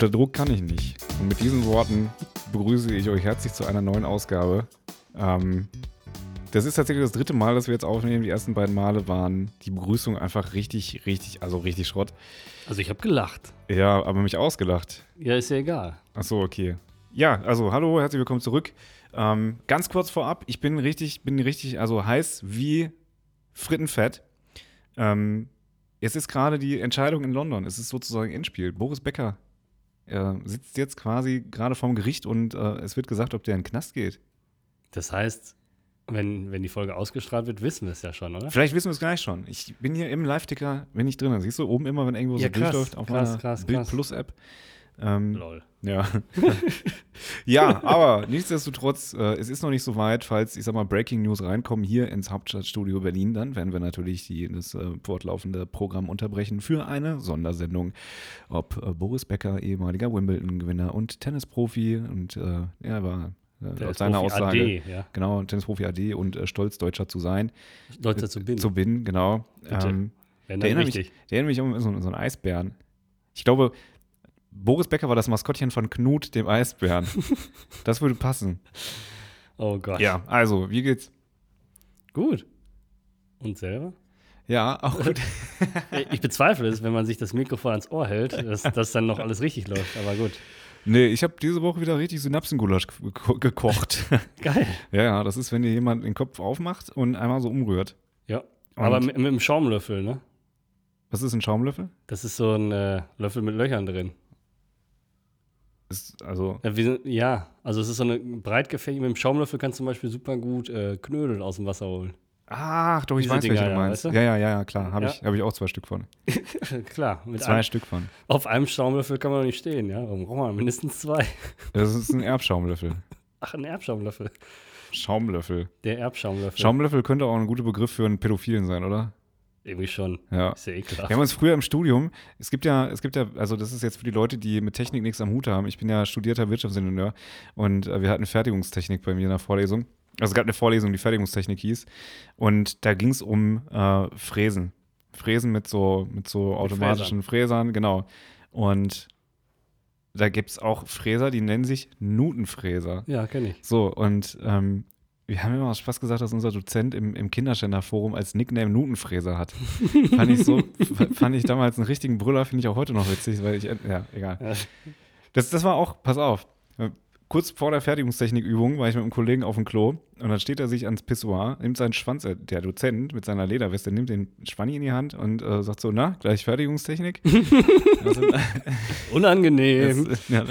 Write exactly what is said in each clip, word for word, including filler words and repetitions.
Unter Druck kann ich nicht. Und mit diesen Worten begrüße ich euch herzlich zu einer neuen Ausgabe. Ähm, das ist tatsächlich das dritte Mal, dass wir jetzt aufnehmen. Die ersten beiden Male waren die Begrüßung einfach richtig, richtig, also richtig Schrott. Also ich habe gelacht. Ja, aber mich ausgelacht. Ja, ist ja egal. Ach so, okay. Ja, also hallo, herzlich willkommen zurück. Ähm, ganz kurz vorab, ich bin richtig, bin richtig, also heiß wie Frittenfett. Ähm, es ist gerade die Entscheidung in London. Es ist sozusagen Endspiel. Boris Becker äh, sitzt jetzt quasi gerade vorm Gericht und äh, es wird gesagt, ob der in den Knast geht. Das heißt, wenn, wenn die Folge ausgestrahlt wird, wissen wir es ja schon, oder? Vielleicht wissen wir es gleich schon. Ich bin hier im Live-Ticker, bin ich drin. Siehst du, oben immer, wenn irgendwo Ja, so krass, durchläuft auf krass, meiner krass, Bild krass. Plus App. Ähm, Lol. Ja. Ja, aber nichtsdestotrotz, äh, es ist noch nicht so weit, falls, ich sag mal, Breaking News reinkommen hier ins Hauptstadtstudio Berlin, dann werden wir natürlich die, das äh, fortlaufende Programm unterbrechen für eine Sondersendung, ob äh, Boris Becker, ehemaliger Wimbledon-Gewinner und Tennisprofi und äh, er war äh, laut seiner Aussage, A D, ja. genau, Tennisprofi A D und äh, stolz Deutscher zu sein. Deutscher zu bin. Zu bin, genau. Bitte. Ähm, Wenn der dann erinnert mich, richtig. der erinnert mich um so, so einen Eisbären. Ich glaube, Boris Becker war das Maskottchen von Knut, dem Eisbären. Das würde passen. Oh Gott. Ja, also, wie geht's? Gut. Und selber? Ja, auch gut. Ich bezweifle es, wenn man sich das Mikrofon ans Ohr hält, dass, dass dann noch alles richtig läuft, aber gut. Nee, ich habe diese Woche wieder richtig Synapsengulasch geko- gekocht. Geil. Ja, ja, das ist, wenn dir jemand den Kopf aufmacht und einmal so umrührt. Ja, Und aber mit, mit einem Schaumlöffel, ne? Was ist ein Schaumlöffel? Das ist so ein äh, Löffel mit Löchern drin. Ist also, Ja, wir sind, ja, also es ist so eine breit gefächerte, mit dem Schaumlöffel kannst du zum Beispiel super gut äh, Knödel aus dem Wasser holen. ach, doch, ich Diese weiß, Dinger, welche du ja, meinst. weißt du? Ja, ja, ja, ja, klar. Habe Ja. ich, hab ich auch zwei Stück von. Klar, mit Zwei einem, Stück von. auf einem Schaumlöffel kann man doch nicht stehen, ja? Warum braucht man mindestens zwei? Das ist ein Erbschaumlöffel. Ach, ein Erbschaumlöffel. Schaumlöffel. Der Erbschaumlöffel. Schaumlöffel könnte auch ein guter Begriff für einen Pädophilen sein, oder? Irgendwie schon. Ja. Ist ja ekelhaft. Wir haben uns früher im Studium, es gibt ja, es gibt ja, also das ist jetzt für die Leute, die mit Technik nichts am Hut haben. Ich bin ja studierter Wirtschaftsingenieur und äh, wir hatten Fertigungstechnik bei mir in der Vorlesung. Also es gab eine Vorlesung, die Fertigungstechnik hieß. Und da ging es um äh, Fräsen. Fräsen mit so, mit so automatischen Fräsern, genau. Und da gibt es auch Fräser, die nennen sich Nutenfräser. Ja, kenne ich. So, und ähm, wir haben immer aus Spaß gesagt, dass unser Dozent im, im Kinderschänderforum als Nickname Nutenfräser hat. fand ich so, f- fand ich damals einen richtigen Brüller, finde ich auch heute noch witzig, weil ich, ja, egal. Ja. Das, das war auch, pass auf, äh, kurz vor der Fertigungstechnikübung war ich mit einem Kollegen auf dem Klo und dann steht er sich ans Pissoir, nimmt seinen Schwanz, äh, der Dozent mit seiner Lederweste, nimmt den Schwanni in die Hand und äh, sagt so, na, gleich Fertigungstechnik? also, Unangenehm. das, ja,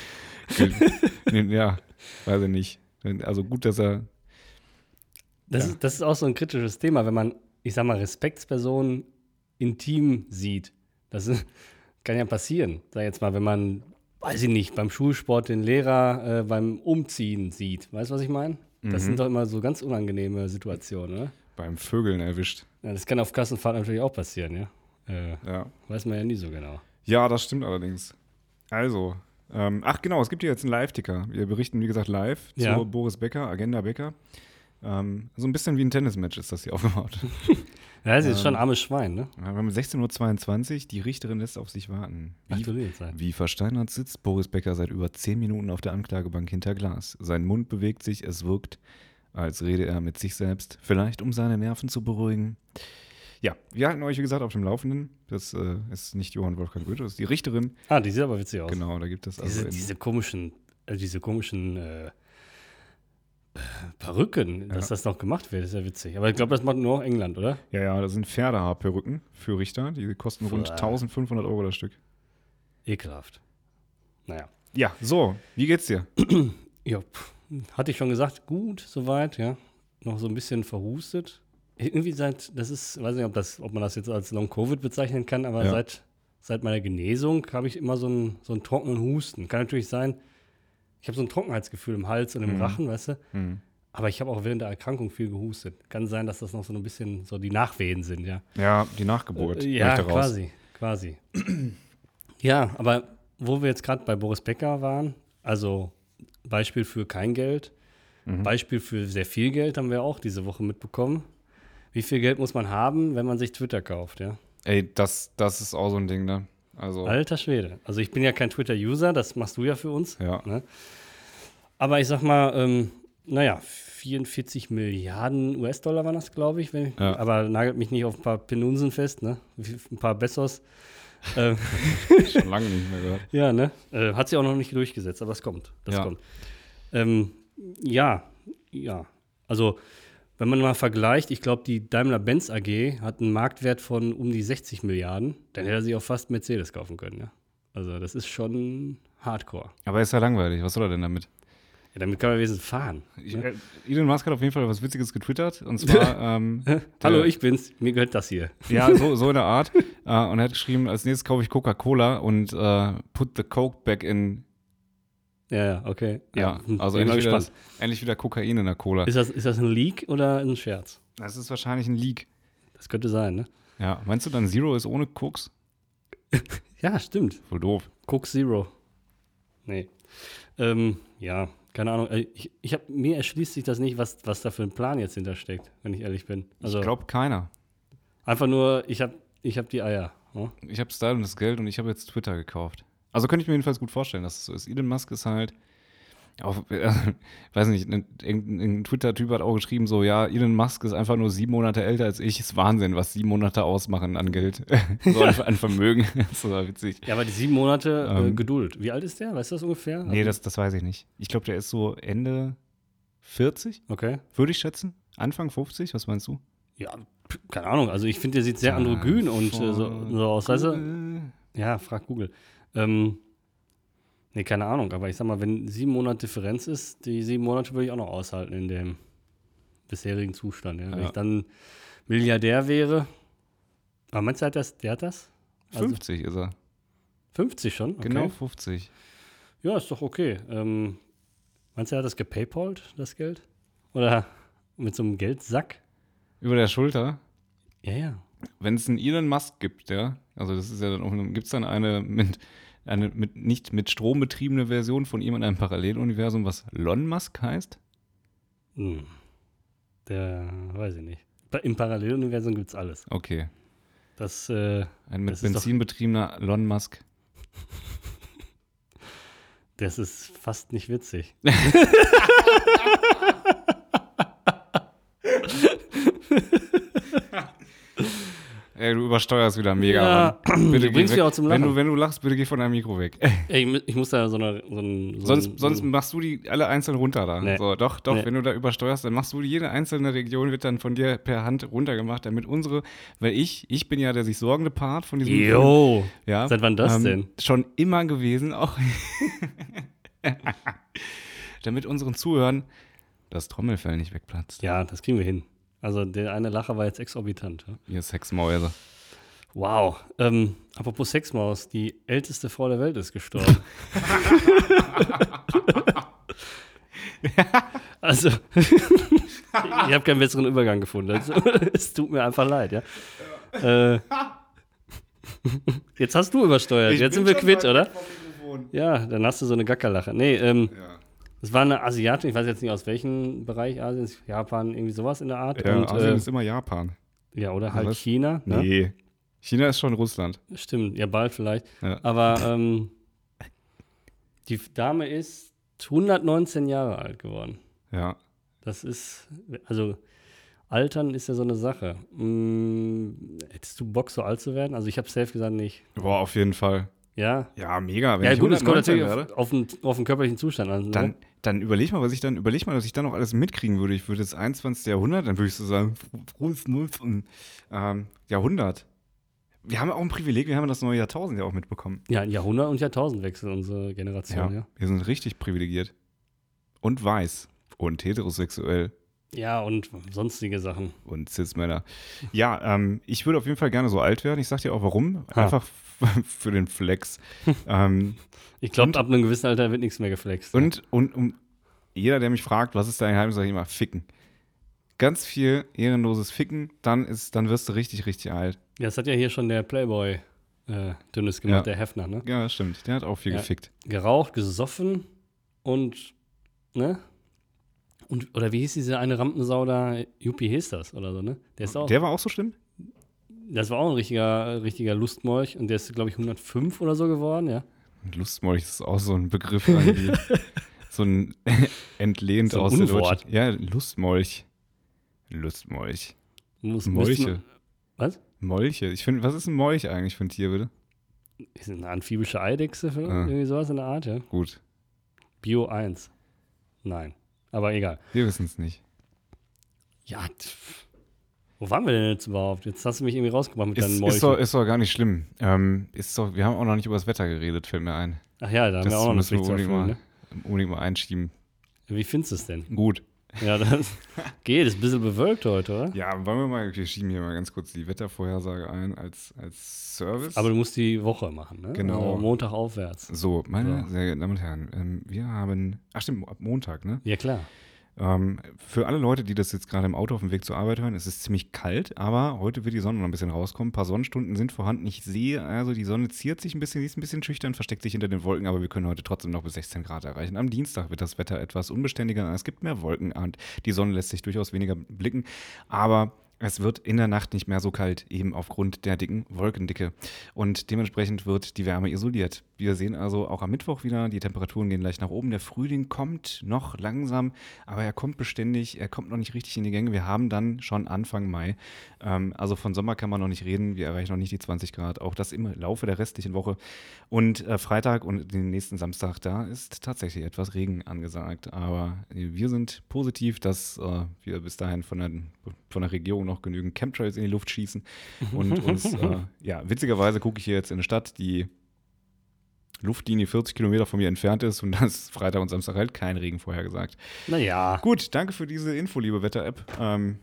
äh, ja, weiß ich nicht. Also gut, dass er Das, Ja. ist, das ist auch so ein kritisches Thema, wenn man, ich sag mal, Respektspersonen intim sieht. Das ist, kann ja passieren. Sag jetzt mal, wenn man, weiß ich nicht, beim Schulsport den Lehrer äh, beim Umziehen sieht. Weißt du, was ich meine? Das Mhm. sind doch immer so ganz unangenehme Situationen, oder? beim Vögeln erwischt. Ja, das kann auf Klassenfahrt natürlich auch passieren, ja. Äh, Ja. weiß man ja nie so genau. Ja, das stimmt allerdings. Also, ähm, ach genau, es gibt hier jetzt einen Live-Ticker. Wir berichten, wie gesagt, live Ja. zu Boris Becker, Agenda Becker. Ähm, so ein bisschen wie ein Tennismatch ist das hier aufgebaut. Ja, das ist Ähm. schon ein armes Schwein, ne? Wir haben sechzehn Uhr zweiundzwanzig, die Richterin lässt auf sich warten. Ach, Wie, du liebe Zeit. wie versteinert sitzt Boris Becker seit über zehn Minuten auf der Anklagebank hinter Glas. Sein Mund bewegt sich, es wirkt, als rede er mit sich selbst, vielleicht um seine Nerven zu beruhigen. Ja, wir halten euch, wie gesagt, auf dem Laufenden. Das äh, ist nicht Johann Wolfgang Goethe, das ist die Richterin. Ah, die sieht aber witzig aus. Genau, da gibt es also Diese, in, diese komischen, äh, diese komischen äh, äh, Perücken, dass Ja. das noch gemacht wird, ist ja witzig. Aber ich glaube, das macht nur auch England, oder? Ja, ja, das sind Pferdehaarperücken für Richter. Die kosten rund Boah. eintausendfünfhundert Euro das Stück. Ekelhaft. Naja. Ja, so, wie geht's dir? Ja, pff, hatte ich schon gesagt, gut, soweit, ja. Noch so ein bisschen verhustet. Irgendwie seit, das ist, weiß nicht, ob, das, ob man das jetzt als Long-Covid bezeichnen kann, aber Ja. seit, seit meiner Genesung habe ich immer so einen, so einen trockenen Husten. Kann natürlich sein, ich habe so ein Trockenheitsgefühl im Hals und im Mhm. Rachen, weißt du? Hm. Aber ich habe auch während der Erkrankung viel gehustet. Kann sein, dass das noch so ein bisschen so die Nachwehen sind, ja. Ja, die Nachgeburt. Äh, höre ja, ich daraus. quasi, quasi. Ja, aber wo wir jetzt gerade bei Boris Becker waren, also Beispiel für kein Geld, Mhm. Beispiel für sehr viel Geld haben wir auch diese Woche mitbekommen. Wie viel Geld muss man haben, wenn man sich Twitter kauft, ja? Ey, das, das ist auch so ein Ding, ne? Also, Alter Schwede. Also ich bin ja kein Twitter-User, das machst du ja für uns. ja. Ne? Aber ich sag mal, ähm, naja, vierundvierzig Milliarden U S-Dollar waren das, glaube ich. Wenn ich Ja. Aber nagelt mich nicht auf ein paar Penunsen fest, ne? Wie- Ein paar Bessos. ähm, Schon lange nicht mehr gehört. ja, ne? Äh, hat sich auch noch nicht durchgesetzt, aber es kommt. Das Ja. kommt. Ähm, ja, ja. Also, wenn man mal vergleicht, ich glaube, die Daimler-Benz A G hat einen Marktwert von um die sechzig Milliarden. Dann hätte er sich auch fast Mercedes kaufen können, ja. Also, das ist schon Hardcore. Aber ist ja langweilig. Was soll er denn damit? Ja, damit kann man wenigstens fahren. Ich, Ne? äh, Elon Musk hat auf jeden Fall was Witziges getwittert. Und zwar. ähm, Hallo, der- ich bin's. Mir gehört das hier. Ja, so, so in der Art. äh, und er hat geschrieben: Als nächstes kaufe ich Coca-Cola und äh, put the Coke back in. Ja, ja, okay. Ja, hm, also bin mal endlich wieder, gespannt. endlich wieder Kokain in der Cola. Ist das, ist das ein Leak oder ein Scherz? Das ist wahrscheinlich ein Leak. Das könnte sein, ne? Ja, meinst du dann Zero ist ohne Koks? Ja, stimmt. Voll doof. Coke Zero. Nee. Ähm, ja, keine Ahnung. Äh, Ich, ich hab, mir erschließt sich das nicht, was, was da für ein Plan jetzt hintersteckt, wenn ich ehrlich bin. Also ich glaube keiner. einfach nur, ich habe ich hab die Eier. Ne? Ich habe Style und das Geld und ich habe jetzt Twitter gekauft. Also könnte ich mir jedenfalls gut vorstellen, dass es so ist. Elon Musk ist halt, auch, äh, weiß nicht, ein, ein Twitter-Typ hat auch geschrieben, so, ja, Elon Musk ist einfach nur sieben Monate älter als ich. Ist Wahnsinn, was sieben Monate ausmachen an Geld. So an, an Vermögen. Das ist so witzig. Ja, aber die sieben Monate äh, Ähm. Geduld. Wie alt ist der? Weißt du das ungefähr? Nee, das, das weiß ich nicht. Ich glaube, der ist so Ende vierzig, Okay. würde ich schätzen. Anfang fünfzig, was meinst du? Ja, p- keine Ahnung. Also ich finde, der sieht sehr androgyn und äh, so, so aus. Weißt du? Ja, frag Google. Ähm, nee, keine Ahnung. Aber ich sag mal, wenn sieben Monate Differenz ist, die sieben Monate würde ich auch noch aushalten in dem bisherigen Zustand. Ja. Wenn Ja. ich dann Milliardär wäre. Aber meinst du, hat das, der hat das? Also fünfzig ist er. fünfzig schon? Okay. Genau fünfzig. Ja, ist doch okay. Ähm, meinst du, er hat das gepaypalt, das Geld? Oder mit so einem Geldsack? Über der Schulter. Ja, ja. Wenn es einen Elon Musk gibt, ja, also das ist ja dann auch, gibt es dann eine mit, eine mit nicht mit Strom betriebene Version von ihm in einem Paralleluniversum, was Elon Musk heißt? Hm. Der, weiß ich nicht. Pa- Im Paralleluniversum gibt's alles. Okay. Das, äh, Ein mit Das ist doch- Benzin betriebener Elon Musk. das ist fast nicht witzig. Ey, du übersteuerst wieder mega. Ja, Mann. Bitte du geh bringst weg. mich auch zum wenn Lachen. du, wenn du lachst, bitte geh von deinem Mikro weg. Ey, ich mu- ich muss da so, eine, so ein. So sonst ein, sonst so ein, machst du die alle einzeln runter da. Nee. So, doch, doch, Nee. wenn du da übersteuerst, dann machst du jede einzelne Region, wird dann von dir per Hand runtergemacht, damit unsere, weil ich, ich bin ja der sich sorgende Part von diesem Jo! Ja, Seit wann das ähm, denn? Schon immer gewesen, auch. Damit unseren Zuhörern das Trommelfell nicht wegplatzt. Ja, das kriegen wir hin. Also der eine Lacher war jetzt exorbitant. Ja? Ihr Sexmäuse. Wow. Ähm, apropos Sexmaus, die älteste Frau der Welt ist gestorben. Also, ich habe keinen besseren Übergang gefunden. Also, es tut mir einfach leid, ja. Äh, jetzt hast du übersteuert. Jetzt sind wir quitt, oder? Ja, dann hast du so eine Gackerlache. Nee, ähm, Ja, es war eine Asiatin, ich weiß jetzt nicht aus welchem Bereich Asiens, Japan, irgendwie sowas in der Art. ja Und, Asien äh, ist immer Japan. ja, oder halt Was? China. Ne? Nee. China ist schon Russland. Stimmt, ja, bald vielleicht. Ja. Aber ähm, die Dame ist hundertneunzehn Jahre alt geworden. Ja. Das ist, also Altern ist ja so eine Sache. Hm, hättest du Bock, so alt zu werden? Also ich habe safe gesagt nicht. Boah, auf jeden Fall. Ja? Ja, mega. Wenn Ja ich gut, es kommt hundertneunzehn natürlich werde, auf, auf, den, auf den körperlichen Zustand an. Ne? dann, dann überleg mal, was ich dann, überleg mal, was ich dann noch alles mitkriegen würde. Ich würde das einundzwanzigste. Jahrhundert, dann würde ich so sagen, frohes Null und ähm, Jahrhundert. Wir haben auch ein Privileg, wir haben das neue Jahrtausend ja auch mitbekommen. Ja, ein Jahrhundert- und Jahrtausendwechsel, unsere Generation, ja. Wir sind richtig privilegiert. Und weiß. Und heterosexuell. Ja, und sonstige Sachen. Und Cis-Männer. Ja, ähm, ich würde auf jeden Fall gerne so alt werden. Ich sag dir auch warum. Ha. Einfach f- für den Flex. ähm, Ich glaube, Und- ab einem gewissen Alter wird nichts mehr geflext. und, und um jeder, der mich fragt, was ist dein Geheimnis, sage ich immer, ficken. Ganz viel ehrenloses Ficken, dann, ist, dann wirst du richtig, richtig alt. Ja, das hat ja hier schon der Playboy äh, dünnes gemacht, Ja. der Hefner, ne? Ja, das stimmt. Der hat auch viel Ja. gefickt. Geraucht, gesoffen und, ne? Und, oder wie hieß diese eine Rampensau da? Yuppie hieß das oder so, ne? Der ist auch. Der war auch so schlimm? Das war auch ein richtiger, richtiger Lustmolch und der ist, glaube ich, hundertfünf oder so geworden, ja. Lustmolch ist auch so ein Begriff irgendwie. So ein entlehnt So ein aus der Unwort. Deutschen. Ja, Lustmolch. Lustmolch. Muss, Molche. müsste- Was? Molche. Ich finde, was ist ein Molch eigentlich für ein Tier, bitte? Ist eine amphibische Eidechse, vielleicht? Ah. Irgendwie sowas in der Art, ja. Gut. Bio eins. Nein. Aber egal. Wir wissen es nicht. Ja, pff. Wo waren wir denn jetzt überhaupt? Jetzt hast du mich irgendwie rausgebracht mit deinen Ist, Molchen. ist, doch, ist doch gar nicht schlimm. Ähm, ist doch, wir haben auch noch nicht über das Wetter geredet, fällt mir ein. Ach ja, da haben wir auch noch eine müssen wir Pflicht zu unbedingt erfüllen, mal, ne? unbedingt mal einschieben. Wie findest du es denn? Gut. Ja, das geht. Ist ein bisschen bewölkt heute, oder? Ja, wollen wir mal, wir schieben hier mal ganz kurz die Wettervorhersage ein als, als Service. Aber du musst die Woche machen, ne? Genau. Also Montag aufwärts. So, meine So. sehr geehrten Damen und Herren, ähm, wir haben, ach stimmt, ab Montag, ne? Ja, klar. Ähm, für alle Leute, die das jetzt gerade im Auto auf dem Weg zur Arbeit hören, es ist ziemlich kalt, aber heute wird die Sonne noch ein bisschen rauskommen. Ein paar Sonnenstunden sind vorhanden. Ich sehe, also die Sonne ziert sich ein bisschen, sie ist ein bisschen schüchtern, versteckt sich hinter den Wolken, aber wir können heute trotzdem noch bis sechzehn Grad erreichen. Am Dienstag wird das Wetter etwas unbeständiger, es gibt mehr Wolken und die Sonne lässt sich durchaus weniger blicken, aber es wird in der Nacht nicht mehr so kalt, eben aufgrund der dicken Wolkendicke. Und dementsprechend wird die Wärme isoliert. Wir sehen also auch am Mittwoch wieder, die Temperaturen gehen leicht nach oben. Der Frühling kommt noch langsam, aber er kommt beständig, er kommt noch nicht richtig in die Gänge. Wir haben dann schon Anfang Mai. Ähm, also von Sommer kann man noch nicht reden. Wir erreichen noch nicht die zwanzig Grad. Auch das im Laufe der restlichen Woche. Und äh, Freitag und den nächsten Samstag, da ist tatsächlich etwas Regen angesagt. Aber äh, wir sind positiv, dass äh, wir bis dahin von der, von der Regierung noch genügend Chemtrails in die Luft schießen. Und uns, äh, ja, witzigerweise gucke ich hier jetzt in eine Stadt, die Luftlinie vierzig Kilometer von mir entfernt ist und das ist Freitag und Samstag halt kein Regen vorhergesagt. Naja. Gut, danke für diese Info, liebe Wetter-App. Ähm,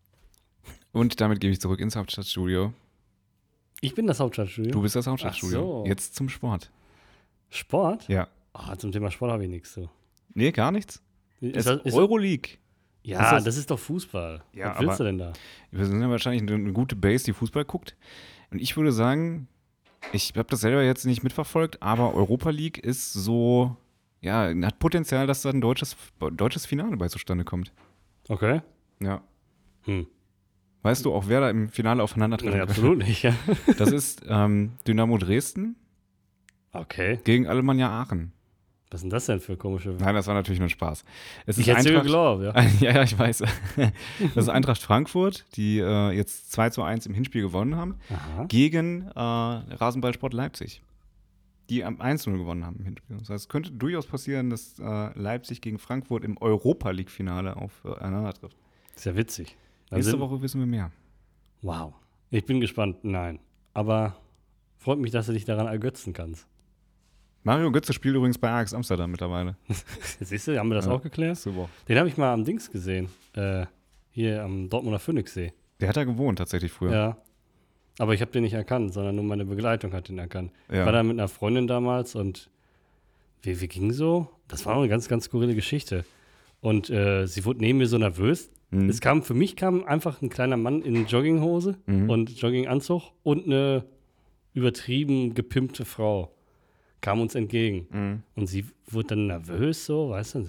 und damit gebe ich zurück ins Hauptstadtstudio. Ich bin das Hauptstadtstudio. Du bist das Hauptstadtstudio. Ach so. Jetzt zum Sport. Sport? Ja. Oh, zum Thema Sport habe ich nichts so. Nee, gar nichts. Ist Es das, ist ist, Euroleague. ja, ist das, das- ist doch Fußball. Ja, Was willst aber- du denn da? Wir sind ja wahrscheinlich eine, eine gute Base, die Fußball guckt. Und ich würde sagen, ich habe das selber jetzt nicht mitverfolgt, aber Europa League ist so, ja, hat Potenzial, dass da ein deutsches, deutsches Finale bei zustande kommt. Okay. Ja. Hm. Weißt du auch, wer da im Finale aufeinandertreffen Nee, wird? absolut nicht, ja. Das ist ähm, Dynamo Dresden Okay. gegen Alemannia Aachen. Was ist denn das denn für komische... Nein, das war natürlich nur ein Spaß. Es Ich ist hätte dir Eintracht- geglaubt, ja. Ja, ja, ich weiß. Das ist Eintracht Frankfurt, die äh, jetzt zwei zu eins im Hinspiel gewonnen haben, Aha. gegen äh, Rasenballsport Leipzig, die am eins zu null gewonnen haben im Hinspiel. Das heißt, es könnte durchaus passieren, dass äh, Leipzig gegen Frankfurt im Europa-League-Finale aufeinander trifft. Ist ja witzig. Dann Nächste sind- Woche wissen wir mehr. Wow. Ich bin gespannt. Nein. Aber freut mich, dass du dich daran ergötzen kannst. Mario Götze spielt übrigens bei Ajax Amsterdam mittlerweile. Siehst du, haben wir das Ja. auch geklärt? Super. Den habe ich mal am Dings gesehen. Äh, hier am Dortmunder Phoenixsee. Der hat da gewohnt tatsächlich früher. Ja. Aber ich habe den nicht erkannt, sondern nur meine Begleitung hat den erkannt. Ja. Ich war da mit einer Freundin damals und wie, wie ging so? Das war auch eine ganz, ganz skurrile Geschichte. Und äh, sie wurde neben mir so nervös. Mhm. Es kam, für mich kam einfach ein kleiner Mann in Jogginghose Mhm. und Jogginganzug und eine übertrieben gepimpte Frau kam uns entgegen. Mhm. Und sie wurde dann nervös so, weißt du? Und, so,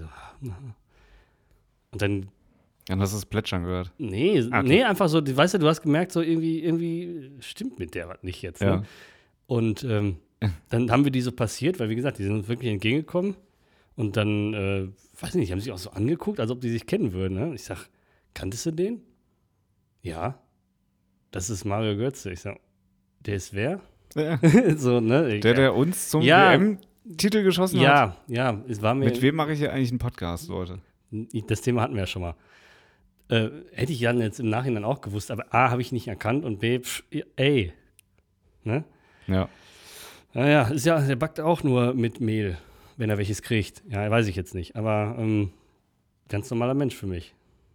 und dann, Dann hast du das Plätschern gehört. nee, Okay. nee, einfach so, weißt du, du hast gemerkt, so irgendwie, irgendwie stimmt mit der was nicht jetzt. Ja. Ne? Und ähm, dann haben wir die so passiert, weil wie gesagt, die sind uns wirklich entgegengekommen. Und dann, äh, weiß nicht, haben sich auch so angeguckt, als ob die sich kennen würden. Ne? Ich sag, kanntest du den? Ja. Das ist Mario Götze. Ich sag, der ist wer? Ja. so, ne? Der, der uns zum Ja. W M-Titel geschossen hat. Ja, ja, es war mir. Mit wem mache ich hier eigentlich einen Podcast, Leute? Das Thema hatten wir ja schon mal. Äh, hätte ich dann jetzt im Nachhinein auch gewusst, aber A, habe ich nicht erkannt und B, pff, ey. Ne? Ja. Naja, ist ja, der backt auch nur mit Mehl, wenn er welches kriegt. Ja, weiß ich jetzt nicht, aber ähm, ganz normaler Mensch für mich.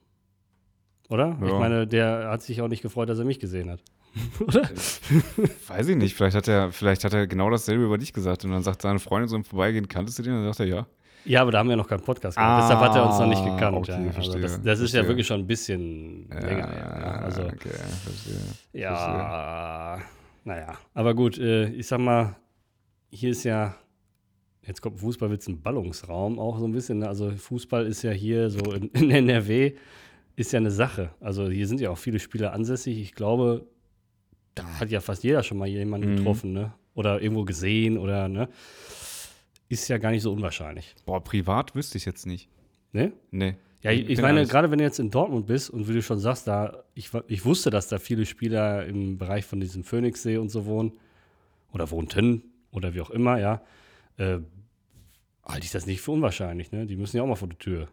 Oder? Ja. Ich meine, der hat sich auch nicht gefreut, dass er mich gesehen hat. Oder? Weiß ich nicht. Vielleicht hat er, vielleicht hat er genau dasselbe über dich gesagt. Und dann sagt seine Freundin so im Vorbeigehen, kanntest du den? Und dann sagt er, ja. Ja, aber da haben wir noch keinen Podcast gemacht. Ah, Deshalb hat er uns noch nicht gekannt. okay, ja. Also verstehe, das, das ist ja verstehe. wirklich schon ein bisschen länger her. Ne? Also, okay, verstehe. ja, naja. Aber gut, äh, ich sag mal, hier ist ja, jetzt kommt Fußballwitz, ein Ballungsraum auch so ein bisschen. Ne? Also Fußball ist ja hier so in, in N R W, ist ja eine Sache. Also hier sind ja auch viele Spieler ansässig. Ich glaube, da hat ja fast jeder schon mal jemanden Mhm. getroffen, ne? Oder irgendwo gesehen oder, ne? Ist ja gar nicht so unwahrscheinlich. Boah, privat wüsste ich jetzt nicht. Ne? Nee. Ja, ich, Ich ich bin meine, ehrlich. gerade wenn du jetzt in Dortmund bist und wie du schon sagst, da, ich, wa- ich wusste, dass da viele Spieler im Bereich von diesem Phoenixsee und so wohnen oder wohnten oder wie auch immer, ja, äh, halte ich das nicht für unwahrscheinlich, ne? Die müssen ja auch mal vor die Tür.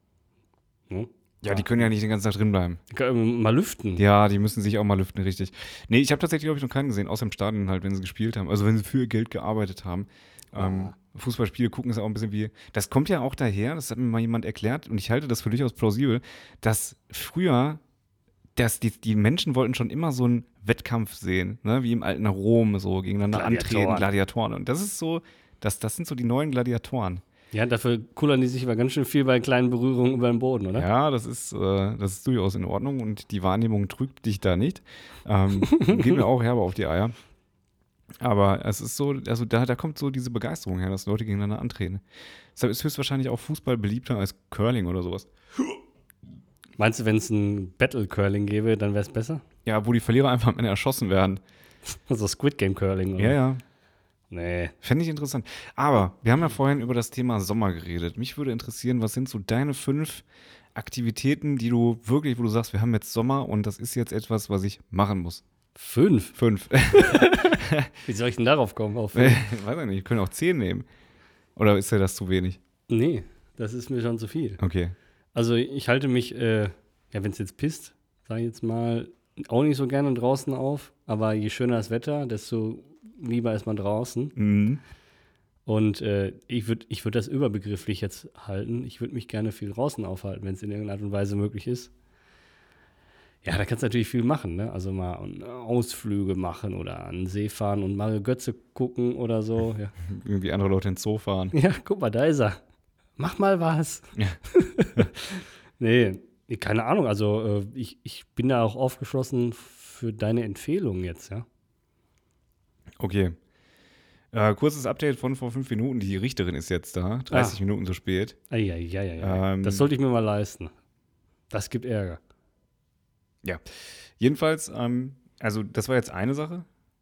Ne? Ja, die können ja nicht den ganzen Tag drin bleiben. Die können mal lüften. Ja, die müssen sich auch mal lüften, richtig. Nee, ich habe tatsächlich, glaube ich, noch keinen gesehen, außer im Stadion halt, wenn sie gespielt haben. Also wenn sie für ihr Geld gearbeitet haben. Ähm, Fußballspiele gucken ist auch ein bisschen wie. Das kommt ja auch daher, das hat mir mal jemand erklärt, und ich halte das für durchaus plausibel, dass früher, dass die, die Menschen wollten schon immer so einen Wettkampf sehen, ne? Wie im alten Rom, so gegeneinander Gladiatoren. antreten, Gladiatoren. Und das ist so, das, das sind so die neuen Gladiatoren. Ja, dafür kullern die sich aber ganz schön viel bei kleinen Berührungen über den Boden, oder? Ja, das ist, äh, das ist durchaus in Ordnung und die Wahrnehmung trügt dich da nicht. Ähm, geht mir auch herbe auf die Eier. Aber es ist so, also da, da kommt so diese Begeisterung her, dass Leute gegeneinander antreten. Deshalb ist höchstwahrscheinlich auch Fußball beliebter als Curling oder sowas. Meinst du, wenn es ein Battle Curling gäbe, dann wäre es besser? Ja, wo die Verlierer einfach am Ende erschossen werden. Also Squid Game Curling, oder? Ja, ja. Nee. Fände ich interessant. Aber wir haben ja vorhin über das Thema Sommer geredet. Mich würde interessieren, was sind so deine fünf Aktivitäten, die du wirklich, wo du sagst, wir haben jetzt Sommer und das ist jetzt etwas, was ich machen muss. Fünf? Fünf. Wie soll ich denn darauf kommen? Auf fünf? Weiß ich nicht, wir können auch zehn nehmen. Oder ist dir das zu wenig? Nee, das ist mir schon zu viel. Okay. Also ich halte mich, äh, ja, wenn es jetzt pisst, sage ich jetzt mal, auch nicht so gerne draußen auf. Aber je schöner das Wetter, desto lieber ist man draußen. Mhm. Und äh, ich würde ich würd das überbegrifflich jetzt halten. Ich würde mich gerne viel draußen aufhalten, wenn es in irgendeiner Art und Weise möglich ist. Ja, da kannst du natürlich viel machen, ne? Also mal Ausflüge machen oder an den See fahren und Mario Götze gucken oder so. Ja, Irgendwie andere Leute ins Zoo fahren. ja, guck mal, da ist er. Mach mal was. Ja. Nee, keine Ahnung. Also äh, ich, ich bin da auch aufgeschlossen für deine Empfehlungen jetzt, ja. Okay. Äh, kurzes Update von vor fünf Minuten. Die Richterin ist jetzt da. dreißig Ah. Minuten zu spät. Eieieiei. Ähm, Das sollte ich mir mal leisten. Das gibt Ärger. Jedenfalls, ähm, also das war jetzt eine Sache.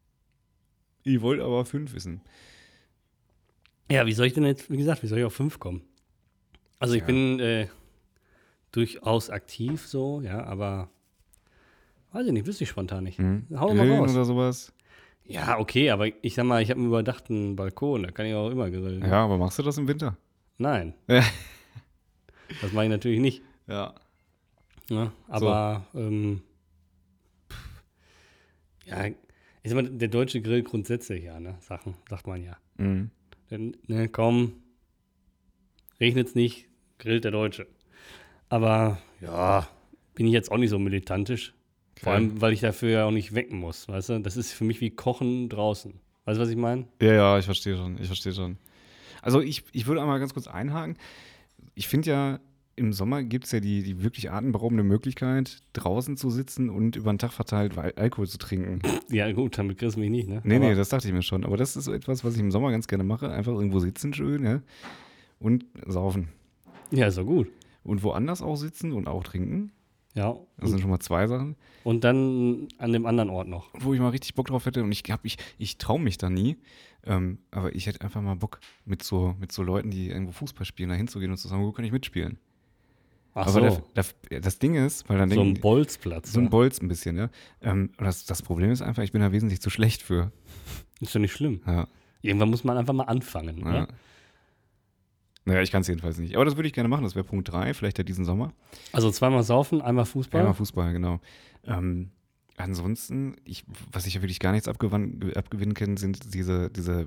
Ich wollte aber fünf wissen. Ja, wie soll ich denn jetzt, wie gesagt, wie soll ich auf fünf kommen? Also ich Ja. bin äh, durchaus aktiv so, ja, aber weiß ich nicht, wüsste ich spontan nicht. Mhm. Hau mal Grillen raus. oder sowas. Ja, okay, aber ich sag mal, ich habe einen überdachten Balkon, da kann ich auch immer grillen. Ja, aber machst du das im Winter? Nein, Ja. das mache ich natürlich nicht. Ja. Ja, aber ähm, pff, ja, ich sag mal, der deutsche Grill grundsätzlich ja, ne? Sachen, sagt man ja. Mhm. Denn, ne, kaum regnet's nicht, grillt der Deutsche. Aber ja, bin ich jetzt auch nicht so militantisch. Vor Okay. allem, weil ich dafür ja auch nicht wecken muss, weißt du? Das ist für mich wie Kochen draußen. Weißt du, was ich meine? Ja, ja, ich verstehe schon. Ich verstehe schon. Also ich, ich würde einmal ganz kurz einhaken. Ich finde ja, im Sommer gibt es ja die, die wirklich atemberaubende Möglichkeit, draußen zu sitzen und über den Tag verteilt Al- Alkohol zu trinken. Ja, gut, damit kriegst du mich nicht, ne? Nee, Aber nee, das dachte ich mir schon. Aber das ist so etwas, was ich im Sommer ganz gerne mache. Einfach irgendwo sitzen schön, ja. Und saufen. Ja, ist doch gut. Und woanders auch sitzen und auch trinken. Ja. Das sind schon mal zwei Sachen, Und dann an dem anderen Ort noch. wo ich mal richtig Bock drauf hätte. Und ich glaube, ich, ich traue mich da nie. Ähm, aber ich hätte einfach mal Bock, mit so, mit so Leuten, die irgendwo Fußball spielen, da hinzugehen und zu sagen, wo kann ich mitspielen? Ach aber so, der, der, das Ding ist, weil dann so ein denken, Bolzplatz. so ein ja. Bolz ein bisschen, ja. Ähm, und das, das Problem ist einfach, ich bin da wesentlich zu schlecht für. Ist doch nicht schlimm. Ja, Irgendwann muss man einfach mal anfangen, ja. oder? Naja, ich kann es jedenfalls nicht. Aber das würde ich gerne machen. Das wäre Punkt drei, vielleicht ja diesen Sommer. Also zweimal saufen, einmal Fußball. Ja, mal Fußball, genau. Ähm, ansonsten, ich, was ich ja wirklich gar nichts abgewann, abgewinnen kann, sind diese, diese,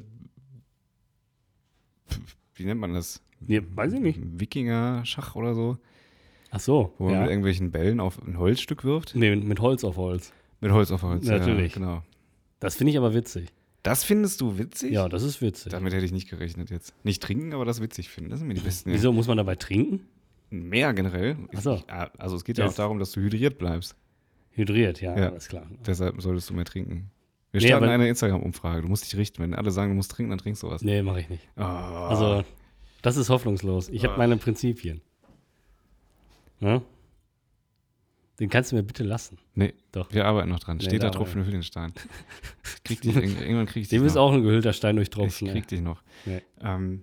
wie nennt man das? Nee, weiß ich nicht. Wikinger-Schach oder so, Ach so, wo man ja. mit irgendwelchen Bällen auf ein Holzstück wirft. Nee, mit, mit Holz auf Holz. Mit Holz auf Holz. Natürlich. Ja, genau. Das finde ich aber witzig. Das findest du witzig? Ja, das ist witzig. Damit hätte ich nicht gerechnet jetzt. Nicht trinken, aber das witzig finden. Das sind mir die besten. Wieso muss man dabei trinken? Mehr generell. Ach so. Ich, also es geht ja Das- auch darum, dass du hydriert bleibst. Hydriert, ja, Ja. alles klar. Deshalb solltest du mehr trinken. Wir Nee, starten aber- eine Instagram-Umfrage. Du musst dich richten. Wenn alle sagen, du musst trinken, dann trinkst du was. Nee, mache ich nicht. Oh. Also, das ist hoffnungslos. Ich habe Ah. meine Prinzipien. Ja? Den kannst du mir bitte lassen. Nee, Doch. wir arbeiten noch dran. Nee, Steht da da drauf für den Stein. Ich krieg dich, irgendwann krieg ich dich Dem ist noch. auch ein gehüllter Stein durch Ich Tropfen. krieg dich noch. Nee. Ähm,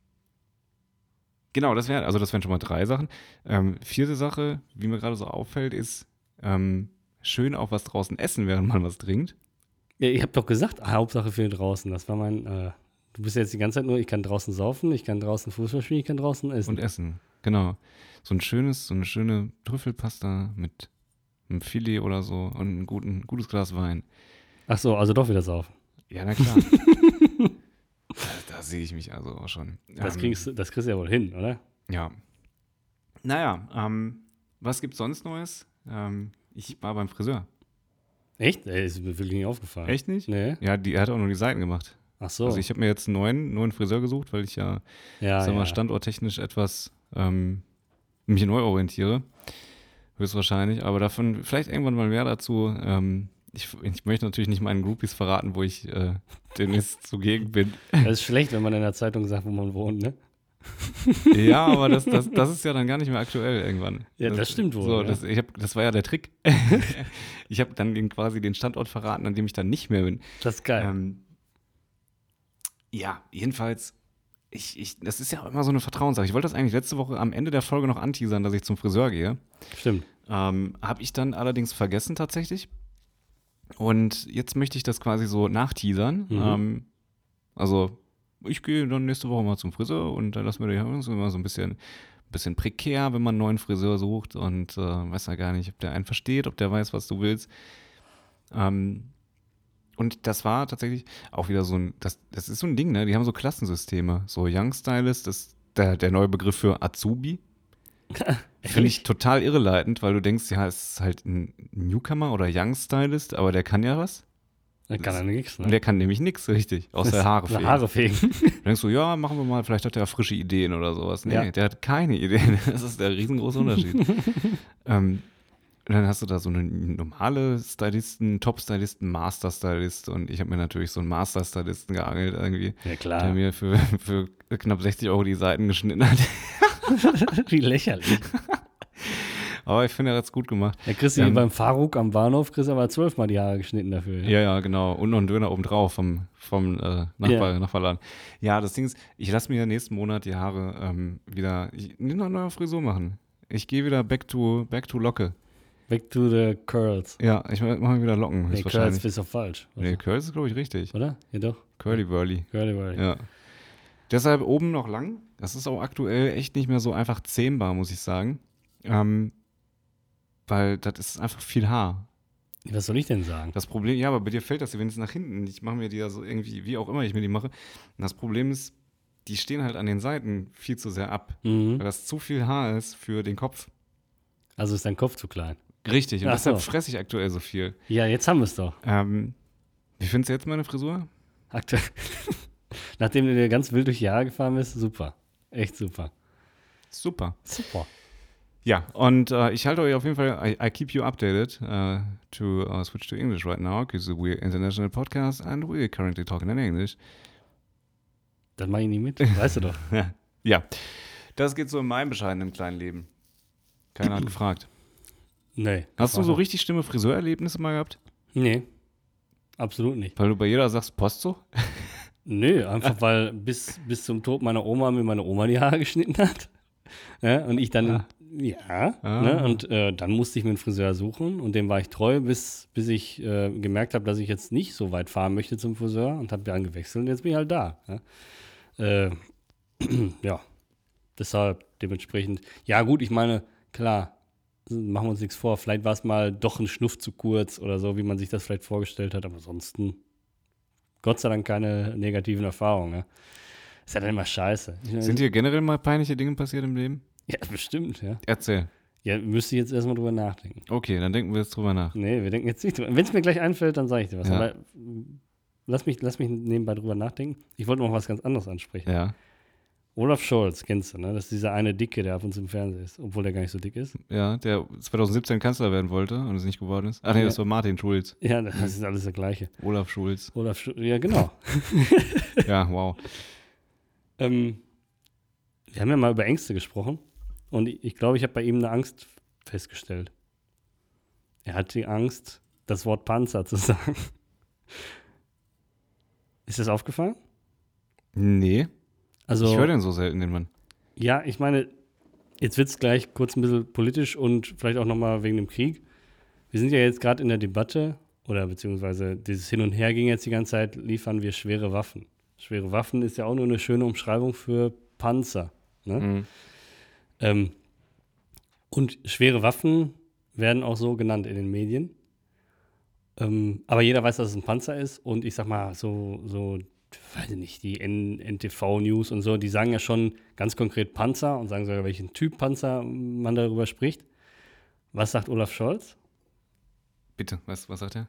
genau, das wäre, also das wären schon mal drei Sachen. Ähm, vierte Sache, wie mir gerade so auffällt, ist ähm, schön auch was draußen essen, während man was trinkt. Ja, ich habe doch gesagt, Hauptsache für draußen. Das war mein, äh, du bist jetzt die ganze Zeit nur, ich kann draußen saufen, ich kann draußen Fußball spielen, ich kann draußen essen. Und essen, genau. So ein schönes, so eine schöne Trüffelpasta mit einem Filet oder so und ein guten, gutes Glas Wein. Ach so, also doch wieder saufen. Ja, na klar. da, da sehe ich mich also auch schon. Das Ähm, kriegst, du- das kriegst du ja wohl hin, oder? Ja. Naja, ähm, was gibt's sonst Neues? Ähm, ich war beim Friseur. Echt? Ey, ist mir wirklich nicht aufgefallen. Echt nicht? Nee. Ja, die, er hat auch nur die Seiten gemacht. Ach so. Also ich habe mir jetzt einen neuen, neuen Friseur gesucht, weil ich ja, ja, sag mal, ja. standorttechnisch etwas ähm, mich neu orientiere. Höchstwahrscheinlich. Aber davon vielleicht irgendwann mal mehr dazu. Ähm, ich, ich möchte natürlich nicht meinen Groupies verraten, wo ich äh, demnächst zugegen bin. Das ist schlecht, wenn man in der Zeitung sagt, wo man wohnt, ne? Ja, aber das, das, das ist ja dann gar nicht mehr aktuell irgendwann. Ja, das stimmt wohl, So, ja. das, ich hab, das war ja der Trick. Ich habe dann den, quasi den Standort verraten, an dem ich dann nicht mehr bin. Das ist geil. Ähm, ja, jedenfalls, ich, ich, das ist ja auch immer so eine Vertrauenssache. Ich wollte das eigentlich letzte Woche am Ende der Folge noch anteasern, dass ich zum Friseur gehe. Stimmt. Ähm, habe ich dann allerdings vergessen tatsächlich. Und jetzt möchte ich das quasi so nachteasern. Mhm. Ähm, also, ich gehe dann nächste Woche mal zum Friseur und dann lassen wir die das ist immer so ein bisschen, bisschen prekär, wenn man einen neuen Friseur sucht und äh, weiß ja gar nicht, ob der einen versteht, ob der weiß, was du willst. Ähm, und das war tatsächlich auch wieder so ein, das, das ist so ein Ding, ne? Die haben so Klassensysteme. So Young Stylist, das ist der, der neue Begriff für Azubi. Finde ich total irreleitend, weil du denkst, ja, es ist halt ein Newcomer oder Young Stylist, aber der kann ja was. Da kann er nichts, Und ne? der kann nämlich nichts, richtig. Außer Haare fegen. Haare fegen. Dann denkst du, ja, machen wir mal, vielleicht hat der frische Ideen oder sowas. Nee, Ja. der hat keine Ideen. Das ist der riesengroße Unterschied. ähm, und dann hast du da so eine normale Stylisten, Top-Stylisten, Master-Stylist und ich habe mir natürlich so einen Master-Stylisten geangelt irgendwie, Ja, der klar. mir für, für knapp sechzig Euro die Seiten geschnitten hat. Wie lächerlich. Aber ich finde, er hat es gut gemacht. Ja, kriegst du wie Ähm, beim Faruk am Bahnhof, kriegst du aber zwölfmal die Haare geschnitten dafür. Ja, ja, genau. Und noch einen Döner obendrauf vom, vom äh, Nachbar, Ja. Nachbarladen. Ja, das Ding ist, ich lasse mir nächsten Monat die Haare ähm, wieder ich, eine neue Frisur machen. Ich gehe wieder back to, back to Locke. Back to the Curls. Ja, ich mache mir wieder Locken. Nee, höchstwahrscheinlich. Curls bist doch falsch. Nee, Curls ist, glaube ich, richtig. Oder? Ja, doch. Curly Burly. Curly Curly. Ja. Deshalb oben noch lang. Das ist auch aktuell echt nicht mehr so einfach zähmbar, muss ich sagen. Ähm, weil das ist einfach viel Haar. Was soll ich denn sagen? Das Problem, ja, aber bei dir fällt das ja wenigstens nach hinten. Ich mache mir die ja so irgendwie, wie auch immer ich mir die mache. Und das Problem ist, die stehen halt an den Seiten viel zu sehr ab. Mhm. Weil das zu viel Haar ist für den Kopf. Also ist dein Kopf zu klein. Richtig, und Ach deshalb so. fresse ich aktuell so viel. Ja, jetzt haben wir es doch. Ähm, wie findest du jetzt meine Frisur? Aktuell. Nachdem du dir ganz wild durch die Haare gefahren bist, super. Echt super. Super. Super. Ja, und äh, ich halte euch auf jeden Fall, I, I keep you updated uh, to uh, switch to English right now, because we're international podcast and we're currently talking in English. Das mache ich nicht mit, weißt du doch. Ja, das geht so in meinem bescheidenen kleinen Leben. Keiner hat gefragt. Nee. Hast du so richtig schlimme Friseurerlebnisse mal gehabt? Nee. Absolut nicht. Weil du bei jeder sagst, Post so? Nö, einfach weil bis, bis zum Tod meiner Oma mir meine Oma die Haare geschnitten hat. Ja, und ich dann, Ah. ja, Ah. ne, und äh, dann musste ich mir einen Friseur suchen und dem war ich treu, bis, bis ich äh, gemerkt habe, dass ich jetzt nicht so weit fahren möchte zum Friseur und habe dann gewechselt und jetzt bin ich halt da. Ja, äh, ja. Deshalb dementsprechend, ja gut, ich meine, klar, machen wir uns nichts vor, vielleicht war es mal doch ein Schnuff zu kurz oder so, wie man sich das vielleicht vorgestellt hat, aber ansonsten Gott sei Dank keine negativen Erfahrungen. Ja. Ist ja dann immer scheiße. Ich meine, Sind dir generell mal peinliche Dinge passiert im Leben? ja, bestimmt, ja. Erzähl. Ja, müsste ich jetzt erstmal drüber nachdenken. Okay, dann denken wir jetzt drüber nach. Nee, wir denken jetzt nicht drüber. Wenn es mir gleich einfällt, dann sage ich dir was. Ja. Aber mm, lass mich, lass mich nebenbei drüber nachdenken. Ich wollte noch was ganz anderes ansprechen. Ja, Olaf Scholz, kennst du, ne? Das ist dieser eine Dicke, der ab und zu im Fernsehen ist, obwohl der gar nicht so dick ist. ja, der zwanzig siebzehn Kanzler werden wollte und es nicht geworden ist. Ach nee, Ja. das war Martin Schulz. Ja, das ist alles das Gleiche. Olaf Schulz. Olaf Scholz, ja, genau. Ja, wow. ähm, wir haben ja mal über Ängste gesprochen und ich, ich glaube, ich habe bei ihm eine Angst festgestellt. Er hat die Angst, das Wort Panzer zu sagen. Ist das aufgefallen? Nee, Also, ich höre den so selten, den Mann. ja, ich meine, jetzt wird es gleich kurz ein bisschen politisch und vielleicht auch nochmal wegen dem Krieg. Wir sind ja jetzt gerade in der Debatte, oder beziehungsweise dieses Hin und Her ging jetzt die ganze Zeit, liefern wir schwere Waffen. Schwere Waffen ist ja auch nur eine schöne Umschreibung für Panzer. Ne? Mhm. Ähm, und schwere Waffen werden auch so genannt in den Medien. Ähm, aber jeder weiß, dass es ein Panzer ist. Und ich sag mal, so, so weiß ich nicht, die N T V-News und so, die sagen ja schon ganz konkret Panzer und sagen sogar, welchen Typ Panzer man darüber spricht. Was sagt Olaf Scholz? Bitte, was, was sagt er?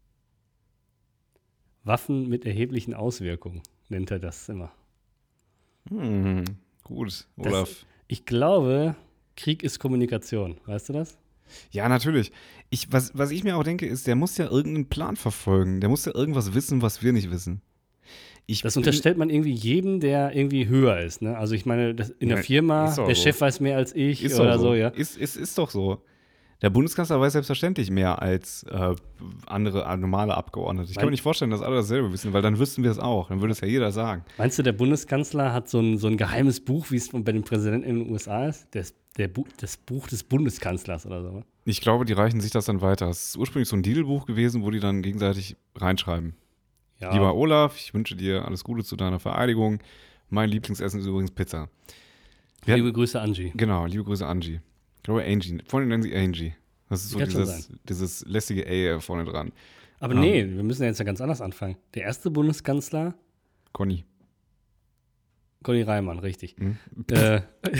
Waffen mit erheblichen Auswirkungen, nennt er das immer. Hm, gut, Olaf. Das, ich glaube, Krieg ist Kommunikation. Weißt du das? Ja, natürlich. Ich, was, was ich mir auch denke, ist, der muss ja irgendeinen Plan verfolgen. Der muss ja irgendwas wissen, was wir nicht wissen. Ich Das bin- unterstellt man irgendwie jedem, der irgendwie höher ist. Ne? Also ich meine, das in der Ja, Firma, ist auch der so. Chef weiß mehr als ich Ist oder doch so, ja. Ist, ist, ist doch so. Der Bundeskanzler weiß selbstverständlich mehr als äh, andere äh, normale Abgeordnete. Ich kann Mein- mir nicht vorstellen, dass alle dasselbe wissen, weil dann wüssten wir es auch. Dann würde es ja jeder sagen. Meinst du, der Bundeskanzler hat so ein, so ein geheimes Buch, wie es bei den Präsidenten in den U S A ist? Das, der Bu das Buch des Bundeskanzlers oder so. Ne? Ich glaube, die reichen sich das dann weiter. Es ist ursprünglich so ein Dealbuch gewesen, wo die dann gegenseitig reinschreiben. Ja, Lieber Olaf, ich wünsche dir alles Gute zu deiner Vereidigung. Mein Lieblingsessen ist übrigens Pizza. Wir liebe hatten- Grüße, Angie. Genau, liebe Grüße Angie. Ich glaube Angie. Vorne nennen sie Angie. Das ist so Kann schon dieses, dieses lässige A vorne dran. Aber Ähm. nee, wir müssen ja jetzt ja ganz anders anfangen. Der erste Bundeskanzler, Conny. Conny Reimann, richtig. Hm? äh,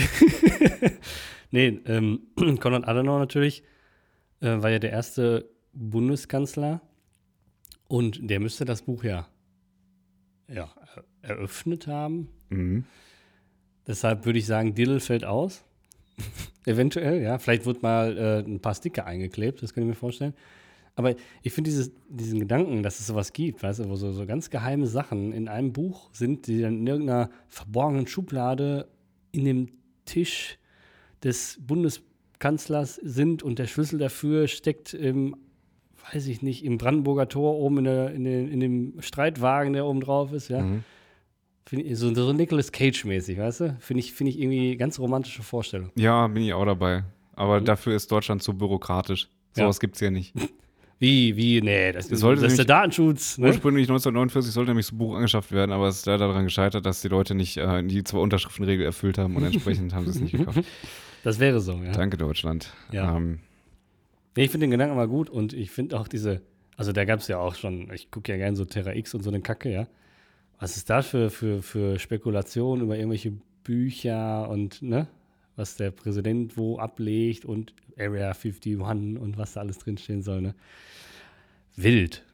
nee, ähm, Konrad Adenauer natürlich äh, war ja der erste Bundeskanzler und der müsste das Buch ja, ja er eröffnet haben. Mhm. Deshalb würde ich sagen, Diddle fällt aus. Eventuell, ja. Vielleicht wird mal äh, ein paar Sticker eingeklebt, das kann ich mir vorstellen. Aber ich finde diesen Gedanken, dass es sowas gibt, weißt du, wo so, so ganz geheime Sachen in einem Buch sind, die dann in irgendeiner verborgenen Schublade in dem Tisch des Bundeskanzlers sind und der Schlüssel dafür steckt im, weiß ich nicht, im Brandenburger Tor oben in, der, in, den, in dem Streitwagen, der oben drauf ist, ja. Mhm. Find ich, so, so Nicolas Cage-mäßig, weißt du? Finde ich, find ich irgendwie ganz romantische Vorstellung. Ja, bin ich auch dabei. Aber Mhm. dafür ist Deutschland zu bürokratisch. Ja. Sowas gibt's ja nicht. Wie, wie, nee, das, Es sollte das ist der nämlich- Datenschutz. Ne? Ursprünglich neunzehnhundertneunundvierzig sollte nämlich das Buch angeschafft werden, aber es ist leider daran gescheitert, dass die Leute nicht äh, die Zwei-Unterschriften-Regel erfüllt haben und entsprechend haben sie es nicht gekauft. Das wäre so, ja. Danke, Deutschland. Ja. Ähm, Nee, ich finde den Gedanken mal gut und ich finde auch diese, also da gab es ja auch schon, ich gucke ja gerne so Terra X und so eine Kacke, ja. Was ist da für, für, für Spekulationen über irgendwelche Bücher und, ne, was der Präsident wo ablegt und Area einundfünfzig und was da alles drinstehen soll, ne. Wild.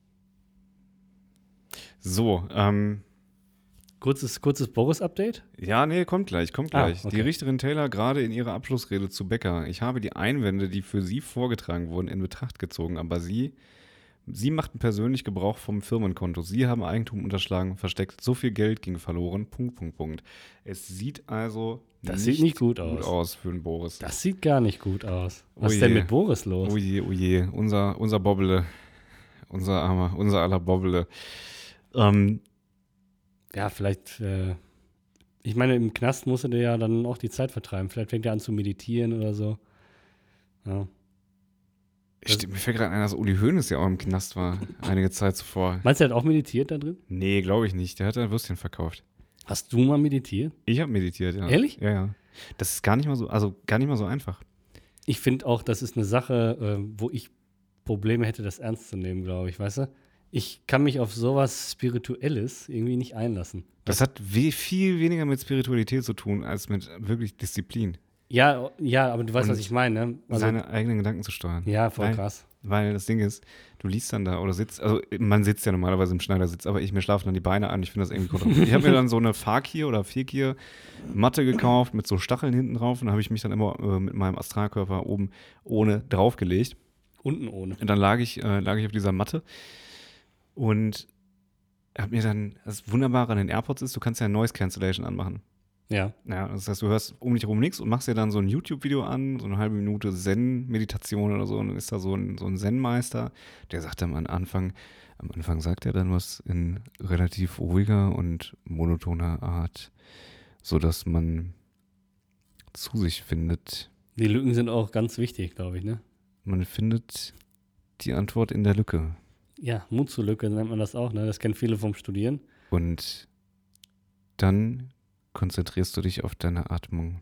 so, ähm, Kurzes, kurzes Boris-Update? ja, nee, kommt gleich, kommt Ah, gleich. okay. Die Richterin Taylor gerade in ihrer Abschlussrede zu Becker. Ich habe die Einwände, die für sie vorgetragen wurden, in Betracht gezogen, aber sie, sie machten persönlich Gebrauch vom Firmenkonto. Sie haben Eigentum unterschlagen, versteckt. So viel Geld ging verloren. Punkt, Punkt, Punkt. Es sieht also Das sieht nicht gut aus. aus für den Boris. Das sieht gar nicht gut aus. Was Oh ist denn je. mit Boris los? Oh je, oh je, unser, unser Bobbele. Unser armer, unser aller Bobbele. Ähm, Ja, vielleicht, äh, ich meine, im Knast musste der ja dann auch die Zeit vertreiben. Vielleicht fängt er an zu meditieren oder so. Ja. stimmt, mir fällt gerade ein, dass Uli Hoeneß ja auch im Knast war, einige Zeit zuvor. Meinst du, er hat auch meditiert da drin? Nee, glaube ich nicht. Der hat ein Würstchen verkauft. Hast du mal meditiert? Ich habe meditiert, ja. Ehrlich? Ja, ja. Das ist gar nicht mal so, also gar nicht mal so einfach. Ich finde auch, das ist eine Sache, äh, wo ich Probleme hätte, das ernst zu nehmen, glaube ich, weißt du? Ich kann mich auf sowas Spirituelles irgendwie nicht einlassen. Das hat we viel weniger mit Spiritualität zu tun, als mit wirklich Disziplin. Ja, ja, aber du weißt, Und was ich meine, ne? Also, seine eigenen Gedanken zu steuern. ja, voll weil, krass. Weil das Ding ist, du liest dann da oder sitzt, also man sitzt ja normalerweise im Schneidersitz, aber ich, mir schlafen dann die Beine an, ich finde das irgendwie kontraproduktiv. Ich habe mir dann so eine Fakir oder Fikir Matte gekauft mit so Stacheln hinten drauf und habe ich mich dann immer äh, mit meinem Astralkörper oben ohne draufgelegt. Unten ohne. Und dann lag ich, äh, lag ich auf dieser Matte und habe mir dann, das Wunderbare an den AirPods ist, du kannst ja Noise Cancellation anmachen. Ja. Ja, das heißt, du hörst um dich herum nichts und machst dir dann so ein YouTube-Video an, so eine halbe Minute Zen-Meditation oder so, und dann ist da so ein, so ein Zen-Meister, der sagt dann am Anfang, am Anfang sagt er dann was in relativ ruhiger und monotoner Art, sodass man zu sich findet. Die Lücken sind auch ganz wichtig, glaube ich, ne? Man findet die Antwort in der Lücke. Ja, Mut zur Lücke nennt man das auch, ne? Das kennen viele vom Studieren. Und dann konzentrierst du dich auf deine Atmung.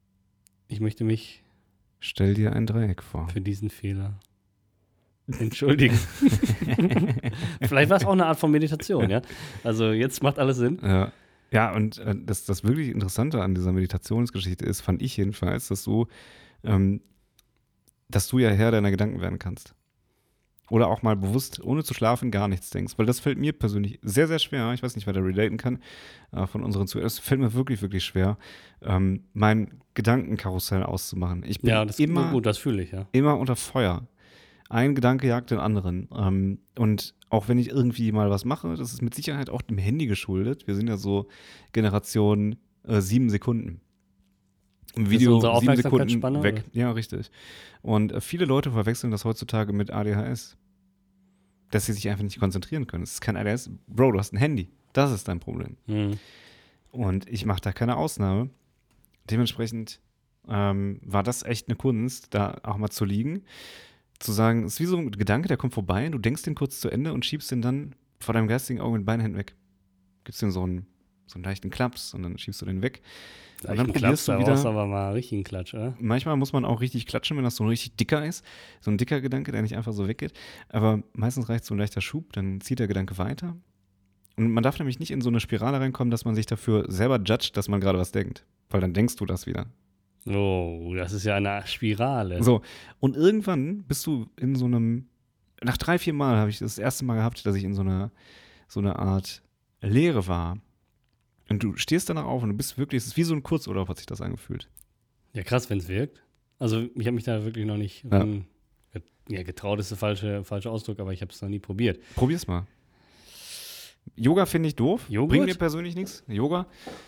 Ich möchte mich Stell dir ein Dreieck vor. für diesen Fehler entschuldigen. Vielleicht war es auch eine Art von Meditation, ja? Also jetzt macht alles Sinn. Ja, ja, und äh, das, das wirklich Interessante an dieser Meditationsgeschichte ist, fand ich jedenfalls, dass du, ähm, dass du ja Herr deiner Gedanken werden kannst. Oder auch mal bewusst, ohne zu schlafen, gar nichts denkst. Weil das fällt mir persönlich sehr, sehr schwer. Ich weiß nicht, wer da relaten kann äh, von unseren Zuhörern. Es fällt mir wirklich, wirklich schwer, ähm, mein Gedankenkarussell auszumachen. Ich bin Ja, das immer, gut, das fühle ich, ja. immer unter Feuer. Ein Gedanke jagt den anderen. Ähm, und auch wenn ich irgendwie mal was mache, das ist mit Sicherheit auch dem Handy geschuldet. Wir sind ja so Generation äh, sieben Sekunden. Im Video unsere sieben Sekunden Aufmerksamkeitsspanne, weg. oder? Ja, richtig. Und äh, viele Leute verwechseln das heutzutage mit A D H S. Dass sie sich einfach nicht konzentrieren können. Es ist kein A D H S. Bro, du hast ein Handy. Das ist dein Problem. Hm. Und ich mache da keine Ausnahme. Dementsprechend ähm, war das echt eine Kunst, da auch mal zu liegen. Zu sagen, es ist wie so ein Gedanke, der kommt vorbei, du denkst den kurz zu Ende und schiebst den dann vor deinem geistigen Auge mit beiden Händen weg. Gibst den so einen, so einen leichten Klaps und dann schiebst du den weg. Und dann probierst du wieder. aber mal richtig einen Klatsch, oder? Manchmal muss man auch richtig klatschen, wenn das so ein richtig dicker ist. So ein dicker Gedanke, der nicht einfach so weggeht. Aber meistens reicht so ein leichter Schub, dann zieht der Gedanke weiter. Und man darf nämlich nicht in so eine Spirale reinkommen, dass man sich dafür selber judgt, dass man gerade was denkt. Weil dann denkst du das wieder. Oh, das ist ja eine Spirale. So, und irgendwann bist du in so einem, nach drei, vier Mal habe ich das erste Mal gehabt, dass ich in so einer, so einer Art Leere war. Und du stehst danach auf und du bist wirklich, es ist wie so ein Kurzurlaub, hat sich das angefühlt. Ja, krass, wenn es wirkt. Also ich habe mich da wirklich noch nicht, Ja. ähm, get- ja, getraut ist der falsche, falsche Ausdruck, aber ich habe es noch nie probiert. Probier's mal. Yoga finde ich doof. Joghurt? Bringt mir persönlich nichts. Yoga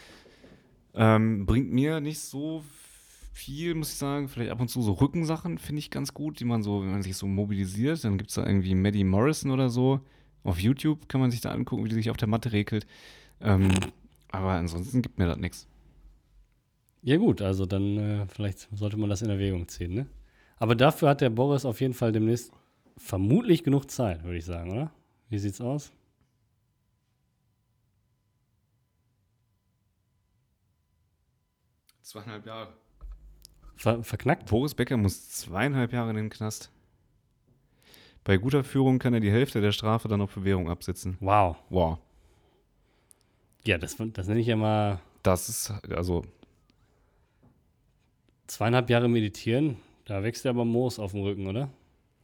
ähm, bringt mir nicht so viel, muss ich sagen. Vielleicht ab und zu so Rückensachen finde ich ganz gut, die man so, wenn man sich so mobilisiert, dann gibt es da irgendwie Maddie Morrison oder so. Auf YouTube kann man sich da angucken, wie die sich auf der Matte regelt. Ähm, aber ansonsten gibt mir das nichts. Ja gut, also dann äh, vielleicht sollte man das in Erwägung ziehen, ne? Aber dafür hat der Boris auf jeden Fall demnächst vermutlich genug Zeit, würde ich sagen, oder? Wie sieht's aus? Zweieinhalb Jahre. Ver verknackt? Boris Becker muss zweieinhalb Jahre in den Knast. Bei guter Führung kann er die Hälfte der Strafe dann auf Bewährung absitzen. Wow. Wow. Ja, das, das nenne ich ja mal Das ist, also, zweieinhalb Jahre meditieren. Da wächst ja aber Moos auf dem Rücken, oder?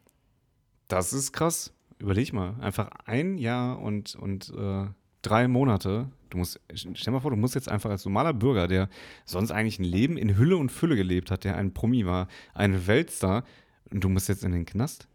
das ist krass. Überleg mal. Einfach ein Jahr und, und äh, drei Monate. Du musst, stell dir mal vor, du musst jetzt einfach als normaler Bürger, der sonst eigentlich ein Leben in Hülle und Fülle gelebt hat, der ein Promi war, ein Weltstar, und du musst jetzt in den Knast.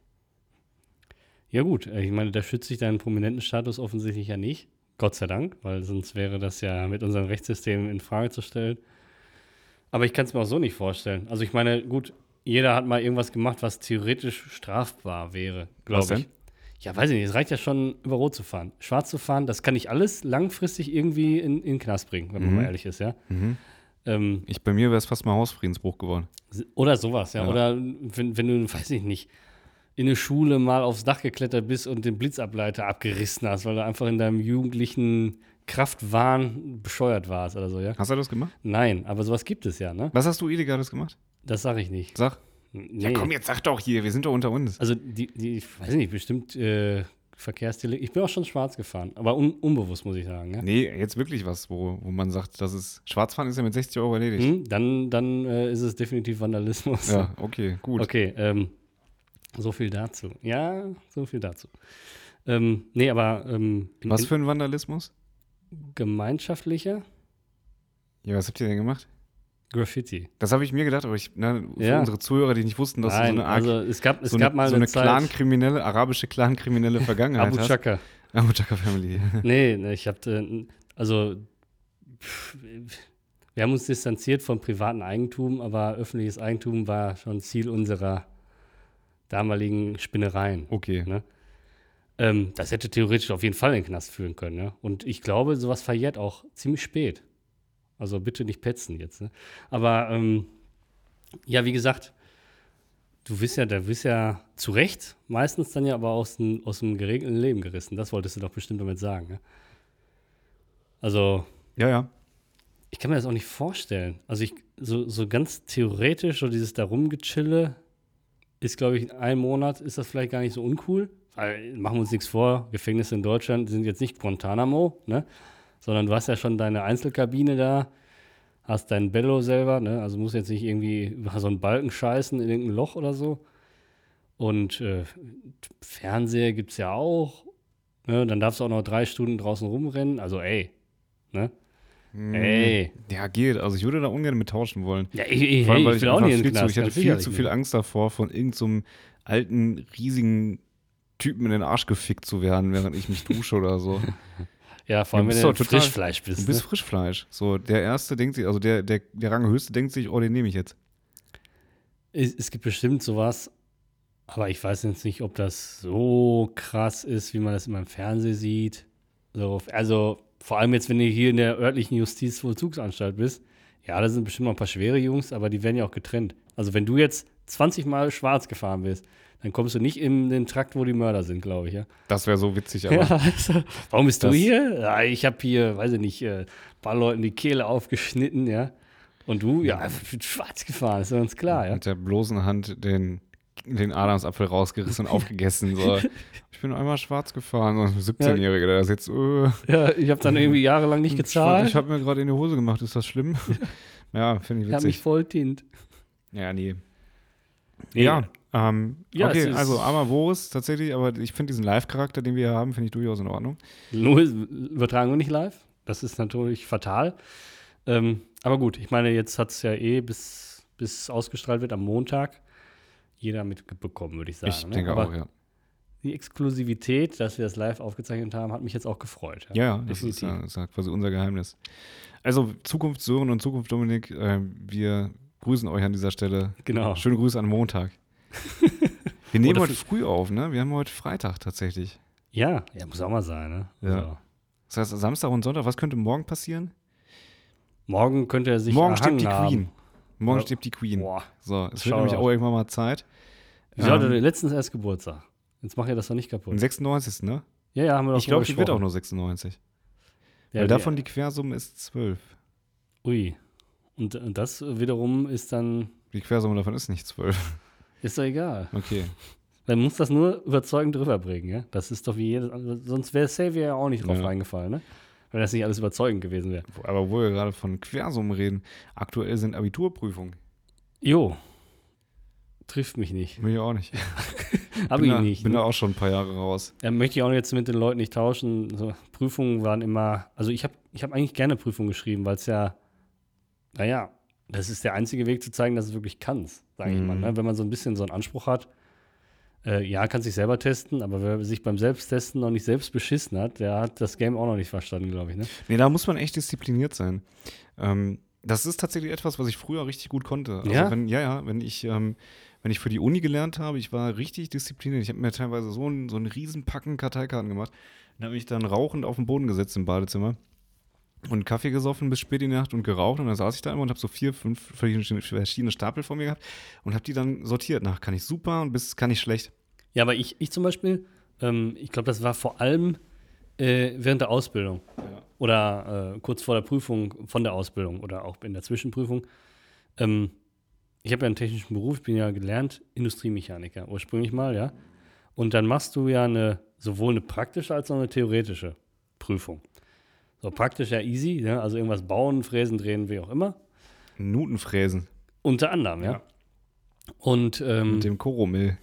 Ja gut, ich meine, da schützt sich deinen prominenten Status offensichtlich ja nicht. Gott sei Dank, weil sonst wäre das ja mit unserem Rechtssystem in Frage zu stellen. Aber ich kann es mir auch so nicht vorstellen. Also ich meine, gut, jeder hat mal irgendwas gemacht, was theoretisch strafbar wäre, Was glaube ich. denn? Ja, weiß ich nicht, es reicht ja schon, über Rot zu fahren. Schwarz zu fahren, das kann ich alles langfristig irgendwie in, in den Knast bringen, wenn man Mhm. mal ehrlich ist, ja. Mhm. Ähm, Ich, bei mir wäre es fast mal Hausfriedensbruch geworden. Oder sowas, ja. Ja. Oder wenn, wenn du, weiß ich nicht, in eine Schule mal aufs Dach geklettert bist und den Blitzableiter abgerissen hast, weil du einfach in deinem jugendlichen Kraftwahn bescheuert warst oder so, ja. Hast du das gemacht? Nein, aber sowas gibt es ja, ne? Was hast du Illegales gemacht? Das sage ich nicht. Sag. Nee. Ja, komm, jetzt sag doch hier, wir sind doch unter uns. Also, die, die, ich weiß nicht, bestimmt äh, Verkehrsdelikt. Ich bin auch schon schwarz gefahren, aber un unbewusst, muss ich sagen, ja. Nee, jetzt wirklich was, wo, wo man sagt, das ist, Schwarzfahren ist ja mit sechzig Euro erledigt. Hm, dann dann äh, ist es definitiv Vandalismus. Ja, okay, gut. Okay, ähm, so viel dazu. Ja, so viel dazu. Ähm, nee, aber ähm, in- Was in- für ein Vandalismus? gemeinschaftlicher Ja, was habt ihr denn gemacht? Graffiti. Das habe ich mir gedacht, aber ich, ne, für Ja. unsere Zuhörer, die nicht wussten, dass Nein, du so eine Art, also es gab, es so gab eine, mal so eine, eine Zeit. Clan-kriminelle, arabische Clan-kriminelle Vergangenheit Abu hast. Chaka. Abu Chaka Family. Nee, nee, ich hab, äh, also, pff, Wir haben uns distanziert vom privaten Eigentum, aber öffentliches Eigentum war schon Ziel unserer damaligen Spinnereien. Okay. Ne? Ähm, das hätte theoretisch auf jeden Fall in den Knast führen können. Ne? Und ich glaube, sowas verjährt auch ziemlich spät. Also bitte nicht petzen jetzt. Ne? Aber ähm, ja, wie gesagt, du bist ja, da bist ja zu Recht meistens dann ja aber aus dem, aus dem geregelten Leben gerissen. Das wolltest du doch bestimmt damit sagen. Ne? Also, Ja, ja. ich kann mir das auch nicht vorstellen. Also, ich, so, so ganz theoretisch, so dieses da rumgechille, ist, glaube ich, in einem Monat ist das vielleicht gar nicht so uncool. Weil, machen wir uns nichts vor, Gefängnisse in Deutschland sind jetzt nicht Guantanamo, ne? Sondern du hast ja schon deine Einzelkabine da, hast deinen Bello selber, ne? Also musst jetzt nicht irgendwie über so einen Balken scheißen in irgendein Loch oder so. Und äh, Fernseher gibt es ja auch. Ne? Dann darfst du auch noch drei Stunden draußen rumrennen. Also ey, ne? Hm, Ey. Ja, geht. Also ich würde da ungern mit tauschen wollen. Ja, ich, ich, Vor allem, hey, weil ich will ich auch einfach nicht in den viel zu, Knast. ich hatte ganz viel sicherlich zu viel nicht. Angst davor, von irgendeinem so alten, riesigen Typen in den Arsch gefickt zu werden, während ich mich dusche oder so. Ja, vor allem, Du wenn bist du doch total- Frischfleisch bist. Du bist Ne? Frischfleisch. So, der Erste denkt sich, also der, der, der Ranghöchste denkt sich, oh, den nehme ich jetzt. Es, es gibt bestimmt sowas, aber ich weiß jetzt nicht, ob das so krass ist, wie man das immer im Fernsehen sieht. So, also vor allem jetzt, wenn du hier in der örtlichen Justizvollzugsanstalt bist. Ja, da sind bestimmt noch ein paar schwere Jungs, aber die werden ja auch getrennt. Also wenn du jetzt zwanzig Mal schwarz gefahren bist, dann kommst du nicht in den Trakt, wo die Mörder sind, glaube ich. Ja? Das wäre so witzig, aber Ja, also, warum bist du Das- hier? Ja, ich habe hier, weiß ich nicht, äh, ein paar Leuten die Kehle aufgeschnitten, ja. Und du, ja, wird schwarz gefahren, ist ja ganz klar, ja. mit der bloßen Hand den, den Adamsapfel rausgerissen und aufgegessen. So. Ich bin einmal schwarz gefahren, so ein siebzehnjähriger, der ist jetzt, äh, Ja, ich habe dann irgendwie jahrelang nicht gezahlt. Ich habe mir gerade in die Hose gemacht, ist das schlimm? Ja, finde ich Ich habe mich witzig. voll tint. Ja, nee. Nee. Ja, ähm, Ja, es okay, ist- also armer Boris tatsächlich, aber ich finde diesen Live-Charakter, den wir hier haben, finde ich durchaus in Ordnung. Nur übertragen wir nicht live. Das ist natürlich fatal. Ähm, aber gut, ich meine, jetzt hat es ja eh, bis, bis ausgestrahlt wird am Montag, jeder mitbekommen, würde ich sagen. ich ne? denke aber auch, ja. die Exklusivität, dass wir das live aufgezeichnet haben, hat mich jetzt auch gefreut. Ja, ja, das ist, ja, das ist ja quasi unser Geheimnis. Also Zukunft Sören und Zukunft Dominik, äh, wir grüßen euch an dieser Stelle. Genau. Schöne Grüße an Montag. Wir nehmen Oder heute für- früh auf, ne? Wir haben heute Freitag tatsächlich. Ja, ja, muss auch mal sein, ne? Ja. Also, Das heißt, Samstag und Sonntag, was könnte morgen passieren? morgen könnte er sich Morgen erhangen stirbt die haben. Queen. Morgen Ja. stirbt die Queen. Boah. So, es wird Shoutout. nämlich auch irgendwann mal Zeit. Sie hatte Ähm, letztens erst Geburtstag. Jetzt mach ihr das doch nicht kaputt. Am sechsundneunzigsten ne? Ja, ja, haben wir doch Ich glaube, die drüber wird auch gesprochen. nur sechsundneunzig. Ja, Weil die- davon die Quersumme ist zwölf. Ui. Und, und das wiederum ist dann, Die Quersumme davon ist nicht zwölf. ist doch egal. Okay. Man muss das nur überzeugend rüberbringen, ja? Das ist doch wie jedes andere. Sonst wäre Xavier ja auch nicht drauf Ja. reingefallen, ne? Wenn das nicht alles überzeugend gewesen wäre. Aber wo wir gerade von Quersummen reden, aktuell sind Abiturprüfungen. Jo. Trifft mich nicht. Bin ich auch nicht. Hab bin ich da, nicht. Bin Ne? da auch schon ein paar Jahre raus. Ja, möchte ich auch jetzt mit den Leuten nicht tauschen. So, Prüfungen waren immer. Also, ich habe ich hab eigentlich gerne Prüfungen geschrieben, weil es ja. Naja, das ist der einzige Weg zu zeigen, dass du es wirklich kannst, sage ich Mhm. mal. Ne? Wenn man so ein bisschen so einen Anspruch hat. Äh, ja, kann sich selber testen, aber wer sich beim Selbsttesten noch nicht selbst beschissen hat, der hat das Game auch noch nicht verstanden, glaube ich. Ne? Nee, da muss man echt diszipliniert sein. Ähm, das ist tatsächlich etwas, was ich früher richtig gut konnte. Also Ja? wenn, ja, ja, wenn ich, ähm, wenn ich für die Uni gelernt habe, ich war richtig diszipliniert. Ich habe mir teilweise so einen so einen riesen Packen Karteikarten gemacht und habe mich dann rauchend auf den Boden gesetzt im Badezimmer und Kaffee gesoffen bis spät in die Nacht und geraucht und dann saß ich da immer und habe so vier, fünf verschiedene verschiedene Stapel vor mir gehabt und habe die dann sortiert nach, kann ich super und bis kann ich schlecht. Ja, aber ich, ich zum Beispiel, ähm, ich glaube, das war vor allem äh, während der Ausbildung Ja. oder äh, kurz vor der Prüfung von der Ausbildung oder auch in der Zwischenprüfung. Ähm, ich habe ja einen technischen Beruf, ich bin ja gelernt Industriemechaniker ursprünglich mal, ja. Und dann machst du ja eine sowohl eine praktische als auch eine theoretische Prüfung. So praktisch ja easy, ne? Also irgendwas bauen, fräsen, drehen, wie auch immer. Nutenfräsen Unter anderem, ja. Ja. Und, ähm, mit dem Koromill.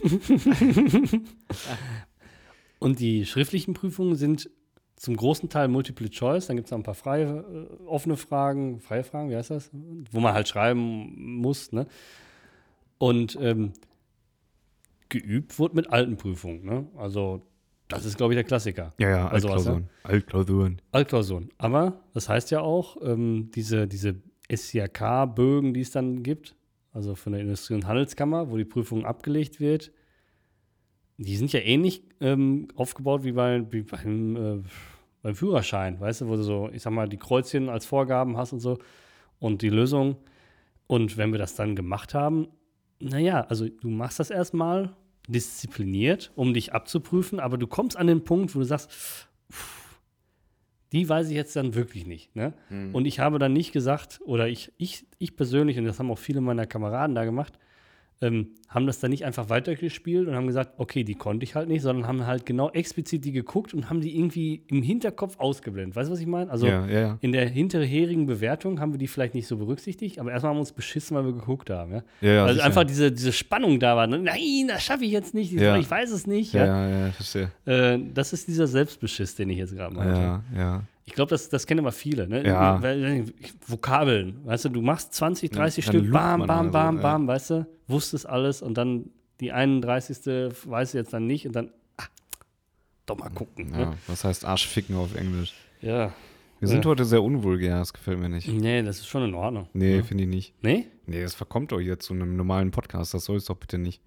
und die schriftlichen Prüfungen sind zum großen Teil Multiple Choice. Dann gibt es noch ein paar freie, äh, offene Fragen, freie Fragen, wie heißt das? Wo man halt schreiben muss, ne? Und ähm, geübt wurde mit alten Prüfungen, ne? Also Das ist, glaube ich, der Klassiker. Ja, ja, Also, Altklausuren. Altklausuren. Altklausuren. Aber das heißt ja auch, ähm, diese, diese S I H K-Bögen, die es dann gibt, also von der Industrie- und Handelskammer, wo die Prüfung abgelegt wird, die sind ja ähnlich ähm, aufgebaut wie, bei, wie beim, äh, beim Führerschein, weißt du, wo du so, ich sag mal, die Kreuzchen als Vorgaben hast und so und die Lösung. Und wenn wir das dann gemacht haben, naja, also du machst das erstmal diszipliniert, um dich abzuprüfen, aber du kommst an den Punkt, wo du sagst, pff, die weiß ich jetzt dann wirklich nicht. Ne? Mhm. Und ich habe dann nicht gesagt, oder ich, ich, ich persönlich, und das haben auch viele meiner Kameraden da gemacht, ähm, haben das dann nicht einfach weitergespielt und haben gesagt, okay, die konnte ich halt nicht, sondern haben halt genau explizit die geguckt und haben die irgendwie im Hinterkopf ausgeblendet. Weißt du, was ich meine? Also ja, ja, ja. in der hinterherigen Bewertung haben wir die vielleicht nicht so berücksichtigt, aber erstmal haben wir uns beschissen, weil wir geguckt haben. Ja? Ja, ja, also sicher. einfach diese, diese Spannung da war. Ne? Nein, das schaffe ich jetzt nicht. Ja. Ich weiß es nicht. Ja, Ja, ja, ja, verstehe. Äh, das ist dieser Selbstbeschiss, den ich jetzt gerade meinte. Ja, ja. Ich glaube, das, das kennen immer viele. Ne? Ja. Weil, Vokabeln, weißt du, du machst zwanzig, dreißig Dann Stück, lugt bam, man bam, also, bam, ja. bam, weißt du, wusstest alles und dann die einunddreißigste weißt du jetzt dann nicht und dann, ah, doch mal gucken. Ja, Ne? was heißt Arschficken auf Englisch? Ja. Wir sind Ja. heute sehr unvulgär, das gefällt mir nicht. Nee, das ist schon in Ordnung. Nee, Ja. finde ich nicht. Nee? Nee, das verkommt doch hier zu einem normalen Podcast, das soll es doch bitte nicht.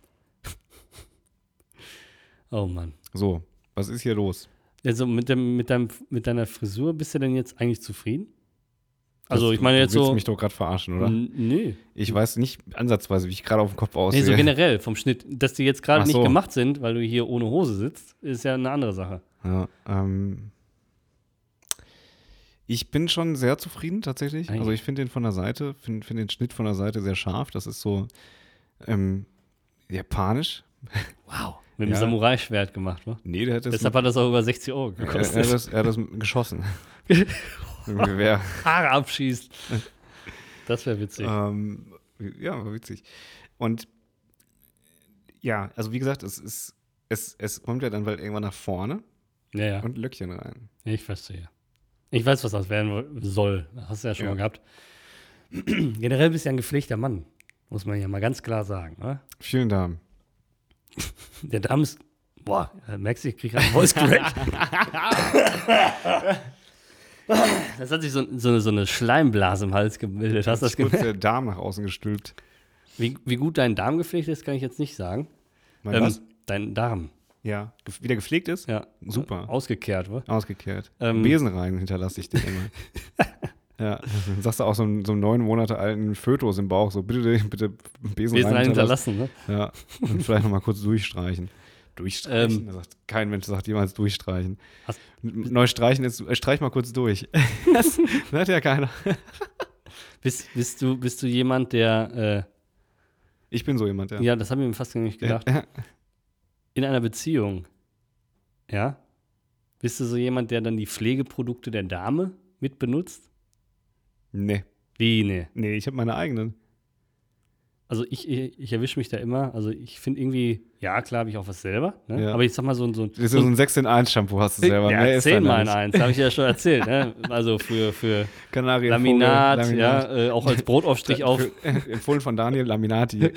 Oh Mann. So, was ist hier los? Also mit, dem, mit, deinem, mit deiner Frisur bist du denn jetzt eigentlich zufrieden? Also Das- ich meine jetzt du willst so. mich doch gerade verarschen, oder? N- Nee. Ich weiß nicht ansatzweise, wie ich gerade auf dem Kopf Nee, aussehe. so generell vom Schnitt. Dass die jetzt gerade Ach nicht so. gemacht sind, weil du hier ohne Hose sitzt, ist ja eine andere Sache. Ja, ähm, ich bin schon sehr zufrieden tatsächlich. Eigentlich. Also ich finde den von der Seite, finde find den Schnitt von der Seite sehr scharf. Das ist so ähm, japanisch. Wow. Mit dem Ja. Samurai-Schwert gemacht, wa? Nee, der hat das Deshalb hat das auch über sechzig Euro mit, er, er, gekostet. hat das, er hat das geschossen. Mit dem Gewehr. Haare abschießt. Das wäre witzig. Ähm, ja, war witzig. Und ja, also wie gesagt, es ist, es, es kommt ja dann bald irgendwann nach vorne ja, ja. und Löckchen rein. Ich verstehe. Ich weiß, was das werden soll. Das hast du ja schon Ja. mal gehabt. Generell bist du ja ein gepflegter Mann. Muss man ja mal ganz klar sagen. Oder? Vielen Dank. Der Darm ist. Boah, merkst du, ich kriege einen Voice Crack. Das hat sich so, so, eine, so eine Schleimblase im Hals gebildet. Hast du das Kurz gemerkt? der Darm nach außen gestülpt. Wie, wie gut dein Darm gepflegt ist, kann ich jetzt nicht sagen. Mein Ähm, was? Dein Darm. Ja, ge- wieder gepflegt ist? Ja. Super. Ausgekehrt, wa? Ausgekehrt. Ähm. Besen rein hinterlasse ich dir immer. Ja, dann sagst du auch so einen, so einen neun Monate alten Fötus im Bauch, so bitte, bitte Besen, Besen rein rein hinterlassen. hinterlassen, ne? Ja, und vielleicht nochmal kurz durchstreichen. Durchstreichen? Ähm. Da sagt, kein Mensch sagt jemals durchstreichen. Hast- Neu streichen ist, äh, streich mal kurz durch. Das hört ja keiner. Bist, bist, du, bist du jemand, der, Ich bin so jemand, äh, ja. ja, das habe ich mir fast gar nicht gedacht, Ja. in einer Beziehung, ja, bist du so jemand, der dann die Pflegeprodukte der Dame mit benutzt? Nee, Wie, ne? nee, ich habe meine eigenen. Also ich, ich, ich erwische mich da immer, also ich finde irgendwie, ja, klar habe ich auch was selber, ne? Ja. Aber ich sag mal so, ein- so, ein- Das ist so so ein sechs in eins Shampoo hast du selber. ja, Mehr ist da zehnmal in nicht. eins, habe ich ja schon erzählt, ne? Also für, für Kanarienvogel, Laminat, Laminat. ja, äh, auch als Brotaufstrich auf. Für- Empfohlen von Daniel Laminati.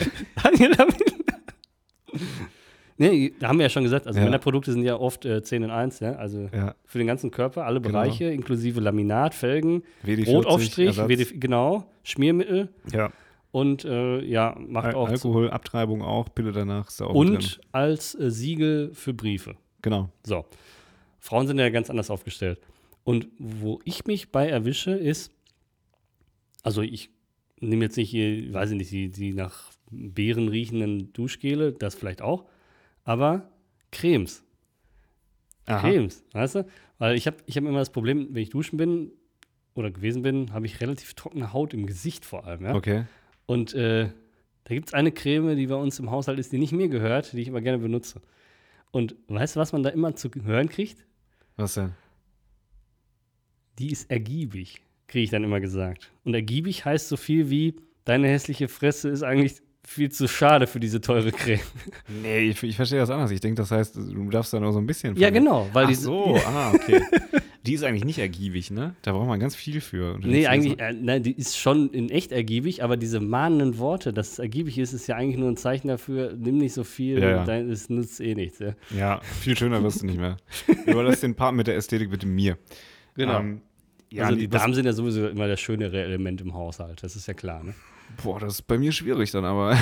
Nee, da haben wir ja schon gesagt, also Ja. Männerprodukte sind ja oft äh, zehn in eins, ja, also Ja. für den ganzen Körper, alle Genau. Bereiche, inklusive Laminat, Felgen, W D vierzig, Brotaufstrich, Ersatz. W D, genau, Schmiermittel Ja. und äh, ja, macht Al auch Alkohol, Abtreibung auch, Pille danach ist da auch drin. und als äh, Siegel für Briefe. Genau. So. Frauen sind ja ganz anders aufgestellt. Und wo ich mich bei erwische, ist, also ich nehme jetzt nicht hier, weiß ich nicht, die, die nach Beeren riechenden Duschgele, das vielleicht auch, aber Cremes. Aha. Cremes, weißt du? Weil ich habe ich hab immer das Problem, wenn ich duschen bin oder gewesen bin, habe ich relativ trockene Haut im Gesicht vor allem. Ja? Okay. Und äh, da gibt es eine Creme, die bei uns im Haushalt ist, die nicht mir gehört, die ich aber gerne benutze. Und weißt du, was man da immer zu hören kriegt? Was denn? Die ist ergiebig, kriege ich dann immer gesagt. Und ergiebig heißt so viel wie, deine hässliche Fresse ist eigentlich viel zu schade für diese teure Creme. Nee, ich, ich verstehe das anders. Ich denke, das heißt, du darfst da nur so ein bisschen. Ja, von- genau. Weil Ach die, so, ah, okay. Die ist eigentlich nicht ergiebig, ne? Da braucht man ganz viel für. Und Nee, eigentlich, äh, nein, die ist schon in echt ergiebig, aber diese mahnenden Worte, dass es ergiebig ist, ist ja eigentlich nur ein Zeichen dafür, nimm nicht so viel, Ja, ja. dann, es nützt eh nichts. Ja, Ja, viel schöner wirst du nicht mehr. Überlass den Part mit der Ästhetik bitte mir. genau. Ähm, ja, also nee, die was- Damen sind ja sowieso immer das schönere Element im Haushalt, das ist ja klar, ne? Boah, das ist bei mir schwierig dann, aber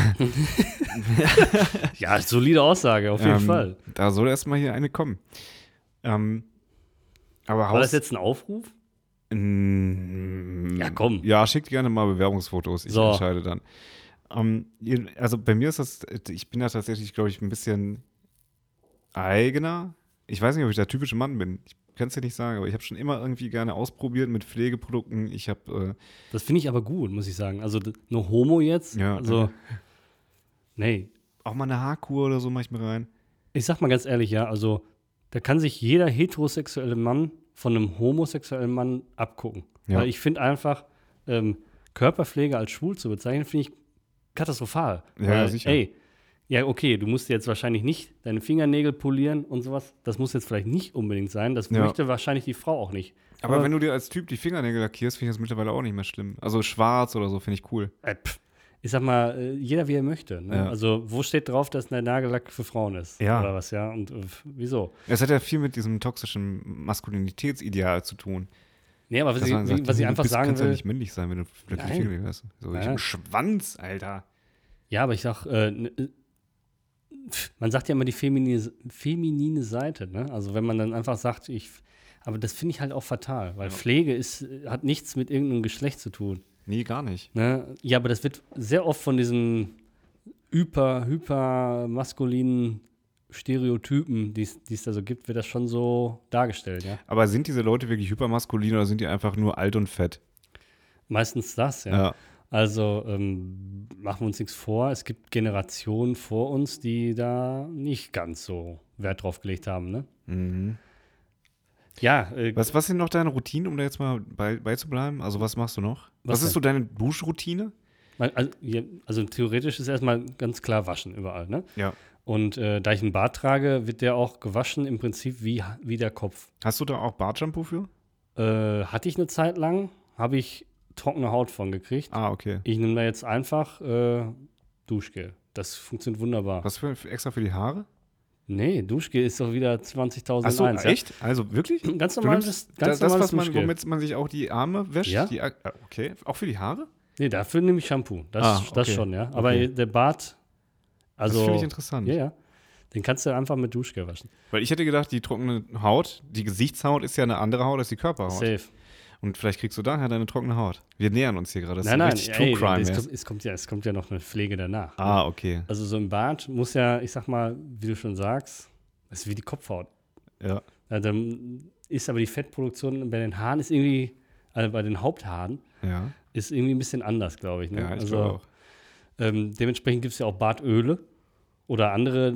Ja, solide Aussage, auf jeden ähm, Fall. da soll erstmal hier eine kommen. Ähm, aber War Haus. das jetzt ein Aufruf? Mm, Ja, komm. Ja, schickt gerne mal Bewerbungsfotos. Ich So. entscheide dann. Ähm, ihr- also bei mir ist das, ich bin da tatsächlich, glaube ich, ein bisschen eigener. Ich weiß nicht, ob ich der typische Mann bin. Ich kann es dir nicht sagen, aber ich habe schon immer irgendwie gerne ausprobiert mit Pflegeprodukten. Ich habe, Das finde ich aber gut, muss ich sagen. Also d- nur Homo jetzt? Ja, Also, äh. nee. auch mal eine Haarkur oder so mache ich mir rein. Ich sag mal ganz ehrlich, ja, also da kann sich jeder heterosexuelle Mann von einem homosexuellen Mann abgucken. Ja. Weil ich finde einfach, ähm, Körperpflege als schwul zu bezeichnen, finde ich katastrophal. Ja, Weil, sicher. Ey, ja, okay, du musst jetzt wahrscheinlich nicht deine Fingernägel polieren und sowas. Das muss jetzt vielleicht nicht unbedingt sein. Das Ja. möchte wahrscheinlich die Frau auch nicht. Aber wenn du dir als Typ die Fingernägel lackierst, finde ich das mittlerweile auch nicht mehr schlimm. Also schwarz oder so finde ich cool. Äh, pff, ich sag mal, äh, jeder wie er möchte. Ne? Ja. Also, wo steht drauf, dass der Nagellack für Frauen ist? Ja. Oder was, ja? Und äh, wieso? Es hat ja viel mit diesem toxischen Maskulinitätsideal zu tun. Nee, aber was, Dass ich, man sagt, was ich du einfach bist, sagen kannst ja will. nicht männlich sein, wenn du die Nein. Fingernägel hast. So, ich Nein. hab einen Schwanz, Alter. Ja, aber ich sag, äh, n- äh, pf, man sagt ja immer die feminine, feminine Seite, ne? Also wenn man dann einfach sagt, ich, aber das finde ich halt auch fatal, weil Ja. Pflege ist, äh, hat nichts mit irgendeinem Geschlecht zu tun. Nee, gar nicht. Ne? Ja, aber das wird sehr oft von diesen hyper, hyper maskulinen Stereotypen, die es da so gibt, wird das schon so dargestellt, ja. Aber sind diese Leute wirklich hypermaskulin oder sind die einfach nur alt und fett? Meistens das, ja. Ja. Also ähm, machen wir uns nichts vor, es gibt Generationen vor uns, die da nicht ganz so Wert drauf gelegt haben, ne? Mhm. Ja, äh, Was, was sind noch deine Routinen, um da jetzt mal bei, beizubleiben? Also was machst du noch? Was, Was ist denn? so deine Duschroutine? mein- also, ja, also theoretisch ist erstmal ganz klar waschen überall, ne? Ja. Und äh, da ich einen Bart trage, wird der auch gewaschen im Prinzip wie, wie der Kopf. Hast du da auch Bartshampoo für? Äh, hatte ich eine Zeit lang, habe ich trockene Haut von gekriegt. Ah, okay. Ich nehme da jetzt einfach äh, Duschgel. Das funktioniert wunderbar. Was für extra für die Haare? Nee, Duschgel ist doch wieder zwanzigtausend Achso, eins. echt? Also wirklich? Ja? Ganz Du normales, nimmst ganz da, das, normales was man, Duschgel. womit man sich auch die Arme wäscht? Ja. Die, ah, okay. Auch für die Haare? Nee, dafür nehme ich Shampoo. Das, Ah, das okay. schon, ja. Aber Okay. der Bart, also. das finde ich interessant. Ja, ja. Den kannst du einfach mit Duschgel waschen. Weil ich hätte gedacht, die trockene Haut, die Gesichtshaut ist ja eine andere Haut als die Körperhaut. Safe. Und vielleicht kriegst du daher deine trockene Haut. Wir nähern uns hier gerade. Das Nein, ist nein, richtig ey, True Crime. es, jetzt. kommt, es, kommt ja, es kommt ja noch eine Pflege danach. Ah, okay. Also so ein Bart muss ja, ich sag mal, wie du schon sagst, das ist wie die Kopfhaut. Ja. Ja, dann ist aber die Fettproduktion bei den Haaren ist irgendwie, also bei den Haupthaaren, Ja. ist irgendwie ein bisschen anders, glaube ich. Ne? Ja, ich also, glaube auch. Ähm, dementsprechend gibt es ja auch Bartöle oder andere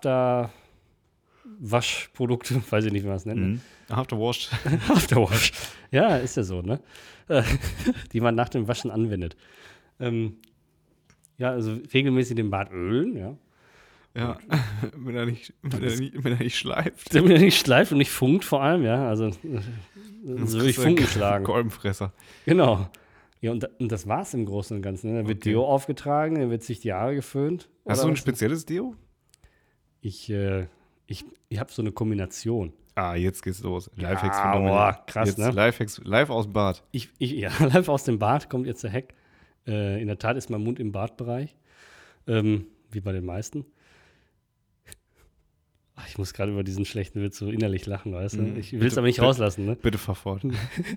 After-Waschprodukte, weiß ich nicht, wie man es nennt. Mhm. Afterwash. Afterwash. Ja, ist ja so, ne? Äh, die man nach dem Waschen anwendet. Ähm, ja, also regelmäßig den Bart ölen, ja. Ja. wenn, er nicht, wenn, er nicht, wenn er nicht schleift. Damit er nicht schleift und nicht funkt vor allem, ja. Also äh, so wie Funken schlagen. Kolbenfresser. Genau. Ja, und, da, und das war's im Großen und Ganzen. Ne? Da wird Okay. Deo aufgetragen, dann wird sich die Haare geföhnt. Hast oder du ein was? spezielles Deo? Ich, äh, ich, ich habe so eine Kombination. Ah, jetzt geht's los. Lifehacks Ja, von Dominik. boah, krass, jetzt ne? Lifehacks, live aus dem Bad. Ich, ich, ja, live aus dem Bad kommt jetzt der Hack. Äh, in der Tat ist mein Mund im Badbereich. Ähm, wie bei den meisten. Ach, ich muss gerade über diesen schlechten Witz so innerlich lachen, weißt du? Mhm. Ich will es Bitte, aber nicht bitte. rauslassen, ne? Bitte fahr fort.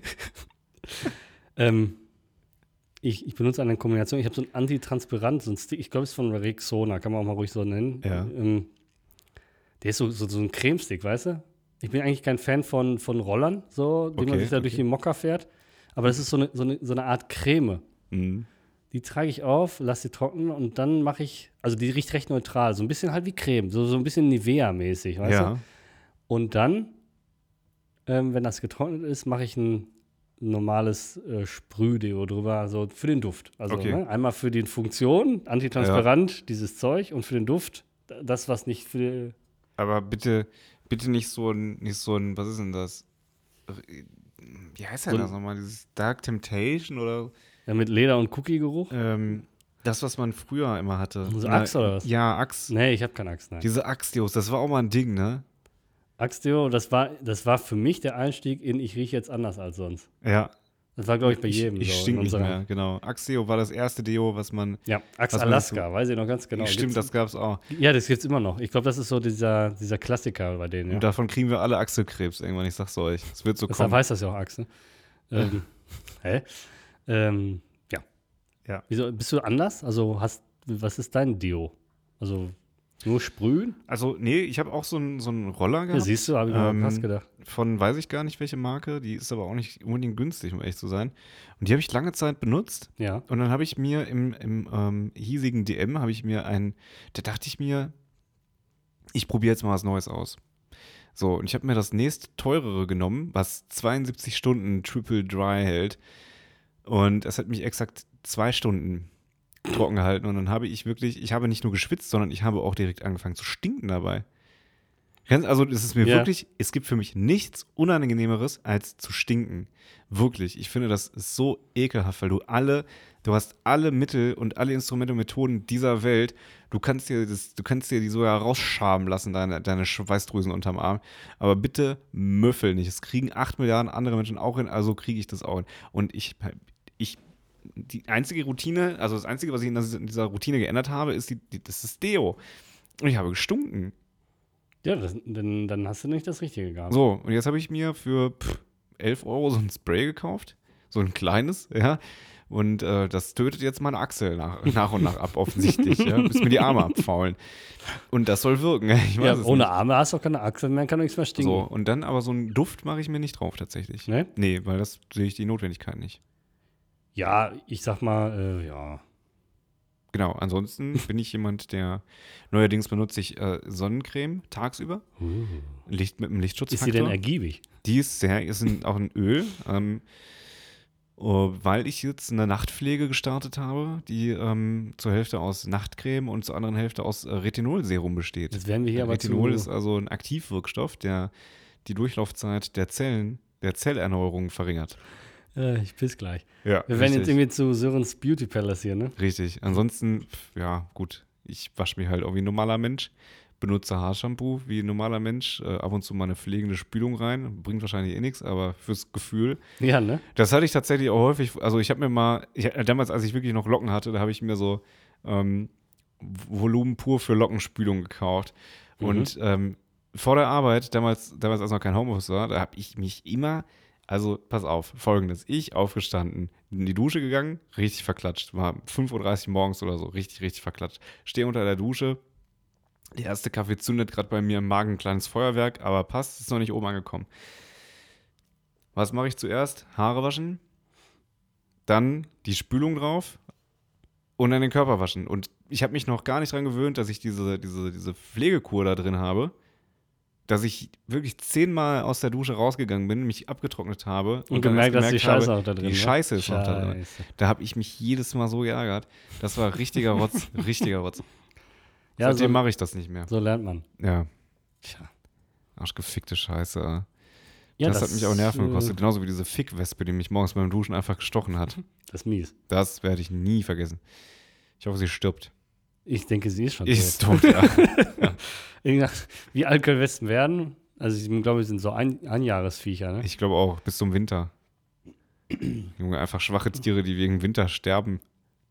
Ähm, ich, ich benutze eine Kombination. Ich habe so ein Antitranspirant, so ein Stick, ich glaube, es ist von Rexona, kann man auch mal ruhig so nennen. Ja. Ähm, der ist so, so, so ein Cremestick, weißt du? Ich bin eigentlich kein Fan von, von Rollern, so, die man Okay, sich da durch okay. die Mokka fährt. Aber das ist so eine, so eine, so eine Art Creme. Mhm. Die trage ich auf, lasse sie trocknen und dann mache ich, also die riecht recht neutral, so ein bisschen halt wie Creme, so, so ein bisschen Nivea-mäßig, weißt du? Ja. Und dann, ähm, wenn das getrocknet ist, mache ich ein normales äh, Sprühdeo drüber, also für den Duft. Also Okay. ne, einmal für die Funktion, antitransparent, dieses Zeug, und für den Duft, das, was nicht für. Aber bitte, bitte nicht so ein, nicht so ein, was ist denn das? wie heißt der So- das nochmal? Dieses Dark Temptation oder Ja, mit Leder- und Cookie-Geruch? ähm, das, was man früher immer hatte. So Na, Axe oder was? Ja, Axe. Nee, ich habe keine Axt, nein. Diese Axe-Deos, das war auch mal ein Ding, ne? Axtdeo, das war, das war für mich der Einstieg in ich rieche jetzt anders als sonst. Ja. Das war, glaube ich, bei jedem Ich so. stink in nicht unserer- mehr, genau. Axe-Deo war das erste Deo, was man. Ja, Axe was man Alaska, weiß ich noch ganz genau. Stimmt, das Gibt's- gab's auch. Ja, das gibt's immer noch. Ich glaube, das ist so dieser, dieser Klassiker bei denen. Ja. Und davon kriegen wir alle Achselkrebs irgendwann, ich sag's euch. Es wird so Deshalb kommen. heißt das ja auch Axe. Ne? Ähm, hä? Ähm, ja. Ja. Wieso, bist du anders? Also, hast, was ist dein Deo? Also, nur sprühen? Also, nee, ich habe auch so einen so einen Roller Ja, gehabt. siehst du, habe ich mir Ähm, fast gedacht. Von weiß ich gar nicht welche Marke, die ist aber auch nicht unbedingt günstig, um ehrlich zu sein. Und die habe ich lange Zeit benutzt. Ja. Und dann habe ich mir im, im ähm, hiesigen D M, habe ich mir ein, da dachte ich mir, ich probiere jetzt mal was Neues aus. So, und ich habe mir das nächst teurere genommen, was zweiundsiebzig Stunden Triple Dry hält. Und es hat mich exakt zwei Stunden trocken gehalten. Und dann habe ich wirklich, ich habe nicht nur geschwitzt, sondern ich habe auch direkt angefangen zu stinken dabei. Ganz- Also es ist mir Ja. wirklich, es gibt für mich nichts Unangenehmeres als zu stinken. Wirklich. Ich finde, das ist so ekelhaft, weil du alle, du hast alle Mittel und alle Instrumente und Methoden dieser Welt. Du kannst dir das, du kannst dir die sogar rausschaben lassen, deine, deine Schweißdrüsen unterm Arm. Aber bitte müffel nicht. Es kriegen acht Milliarden andere Menschen auch hin, also kriege ich das auch hin. Und ich, ich, die einzige Routine, also das Einzige, was ich in das- in dieser Routine geändert habe, ist die, die, das ist Deo. Und ich habe gestunken. Ja, das, dann, dann hast du nicht das Richtige gehabt. So, und jetzt habe ich mir für pff, elf Euro so ein Spray gekauft. So ein kleines, ja. Und äh, das tötet jetzt meine Achsel nach, nach und nach ab, offensichtlich, ja, bis mir die Arme abfaulen. Und das soll wirken. Ich weiß Ja, es ohne nicht. Arme hast du auch keine Achseln mehr, kann doch nichts mehr stinken. So, und dann aber so einen Duft mache ich mir nicht drauf, tatsächlich. Ne? Nee, weil das sehe ich die Notwendigkeit nicht. Ja, ich sag mal, äh, ja. Genau, ansonsten bin ich jemand, der neuerdings benutze ich äh, Sonnencreme tagsüber. Uh. Licht mit einem Ist Lichtschutzfaktor. sie denn ergiebig? Die ist sehr, ist ein, auch ein Öl, ähm, oh, weil ich jetzt eine Nachtpflege gestartet habe, die ähm, zur Hälfte aus Nachtcreme und zur anderen Hälfte aus äh, Retinolserum besteht. Jetzt werden wir hier aber Retinol zu. ist also ein Aktivwirkstoff, der die Durchlaufzeit der Zellen, der Zellerneuerung verringert. Äh, ich piss gleich. Ja, Wir werden jetzt irgendwie zu Sörens Beauty Palace hier, ne? Richtig. Ansonsten, pf, ja, gut. Ich wasche mich halt auch wie ein normaler Mensch, benutze Haarshampoo wie ein normaler Mensch, äh, ab und zu mal eine pflegende Spülung rein. Bringt wahrscheinlich eh nichts, aber fürs Gefühl. Ja, ne? Das hatte ich tatsächlich auch häufig. Also, ich habe mir mal, ich, damals, als ich wirklich noch Locken hatte, da habe ich mir so ähm, Volumen pur für Lockenspülung gekauft. Mhm. Und ähm, vor der Arbeit, damals, damals als noch kein Homeoffice war, da habe ich mich immer. Also, pass auf, folgendes. Ich aufgestanden, in die Dusche gegangen, richtig verklatscht. War fünf Uhr dreißig morgens oder so, richtig, richtig verklatscht. Stehe unter der Dusche. Der erste Kaffee zündet gerade bei mir im Magen ein kleines Feuerwerk, aber passt, ist noch nicht oben angekommen. Was mache ich zuerst? Haare waschen, dann die Spülung drauf und dann den Körper waschen. Und ich habe mich noch gar nicht dran gewöhnt, dass ich diese, diese, diese Pflegekur da drin habe. Dass ich wirklich zehnmal aus der Dusche rausgegangen bin, mich abgetrocknet habe Und dann erst gemerkt, dass die Scheiße habe, auch da drin die war. Scheiße ist noch da drin. Scheiße. Da habe ich mich jedes Mal so geärgert. Das war richtiger Rotz, richtiger Rotz. Ja, Seitdem so, mache ich das nicht mehr. so lernt man. Ja, Tja. arschgefickte Scheiße. Ja, das, hat mich auch Nerven äh, gekostet. Genauso wie diese Fickwespe, die mich morgens beim Duschen einfach gestochen hat. Das ist mies. Das werde ich nie vergessen. Ich hoffe, sie stirbt. Ich denke, sie ist schon Ist tot. tot, ja. Irgendwann- Wie alt können Wespen werden? Also ich glaube, es sind so ein, Einjahresviecher, ne? Ich glaube auch, bis zum Winter. Junge, einfach schwache Tiere, die wegen Winter sterben.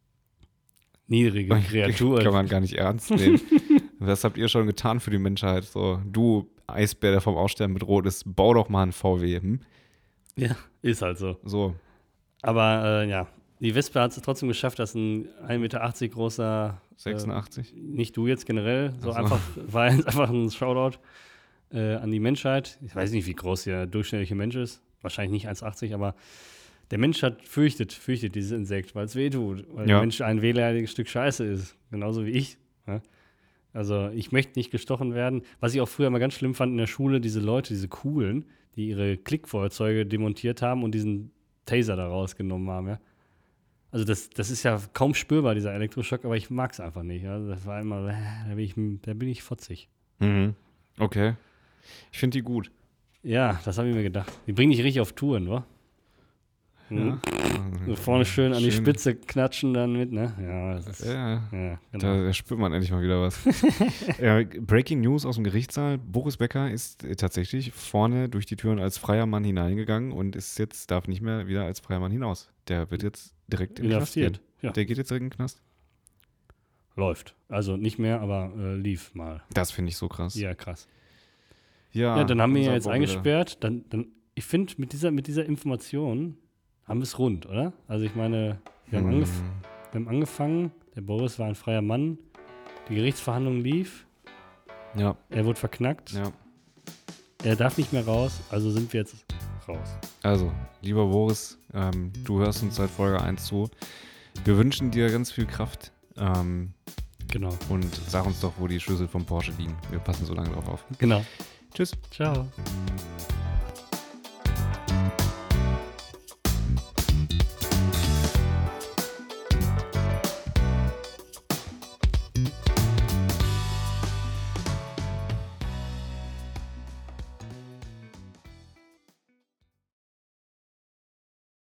Niedrige Kann Kreaturen. man gar nicht ernst nehmen. Was habt ihr schon getan für die Menschheit? So, du Eisbär, der vom Aussterben bedroht ist, bau doch mal einen V W. Hm? Ja, ist halt so. So, Aber äh, ja, die Wespe hat es trotzdem geschafft, dass ein ein Meter achtzig großer, sechsundachtzig. äh, nicht du jetzt generell, so Ach so. einfach, war jetzt einfach ein Shoutout äh, an die Menschheit. Ich weiß nicht, wie groß der durchschnittliche Mensch ist. Wahrscheinlich nicht eins Komma achtzig, aber der Mensch hat fürchtet, fürchtet dieses Insekt, weil es weh tut. Weil Ja. der Mensch ein wehleidiges Stück Scheiße ist. Genauso wie ich. Ja? Also ich möchte nicht gestochen werden. Was ich auch früher mal ganz schlimm fand in der Schule, diese Leute, diese Coolen, die ihre Klickfeuerzeuge demontiert haben und diesen Taser da rausgenommen haben, ja. Also das, das ist ja kaum spürbar, dieser Elektroschock, aber ich mag es einfach nicht. Ja? Das war einmal, äh, da bin ich, da bin ich fotzig. Mhm. Okay. Ich finde die gut. Ja, das habe ich mir gedacht. Die bringen dich richtig auf Touren, wa? Hm? Ja. So vorne schön an die Schön. Spitze klatschen dann mit, ne? Ja, das ist, Ja, ja, genau. da, da spürt man endlich mal wieder was. ja, Breaking News aus dem Gerichtssaal. Boris Becker ist äh, tatsächlich vorne durch die Türen als freier Mann hineingegangen und ist jetzt, darf nicht mehr wieder als freier Mann hinaus. Der wird jetzt direkt in den Knast gehen. Inhaftiert. Ja, Der geht jetzt direkt in den Knast. läuft. Also nicht mehr, aber äh, lief mal. Das finde ich so krass. Ja, krass. Ja, Ja, dann haben wir ihn unser ja jetzt Bobbele. eingesperrt. Dann, dann, ich finde, mit dieser, mit dieser Information haben wir es rund, oder? Also ich meine, wir haben, Hm. angef wir haben angefangen, der Boris war ein freier Mann, die Gerichtsverhandlung lief, Ja, er wurde verknackt, ja. er darf nicht mehr raus, also sind wir jetzt raus. Also, lieber Boris, ähm, du hörst uns seit Folge eins zu. Wir wünschen dir ganz viel Kraft ähm, Genau, und sag uns doch, wo die Schlüssel vom Porsche liegen. Wir passen so lange drauf auf. genau. Tschüss. Ciao.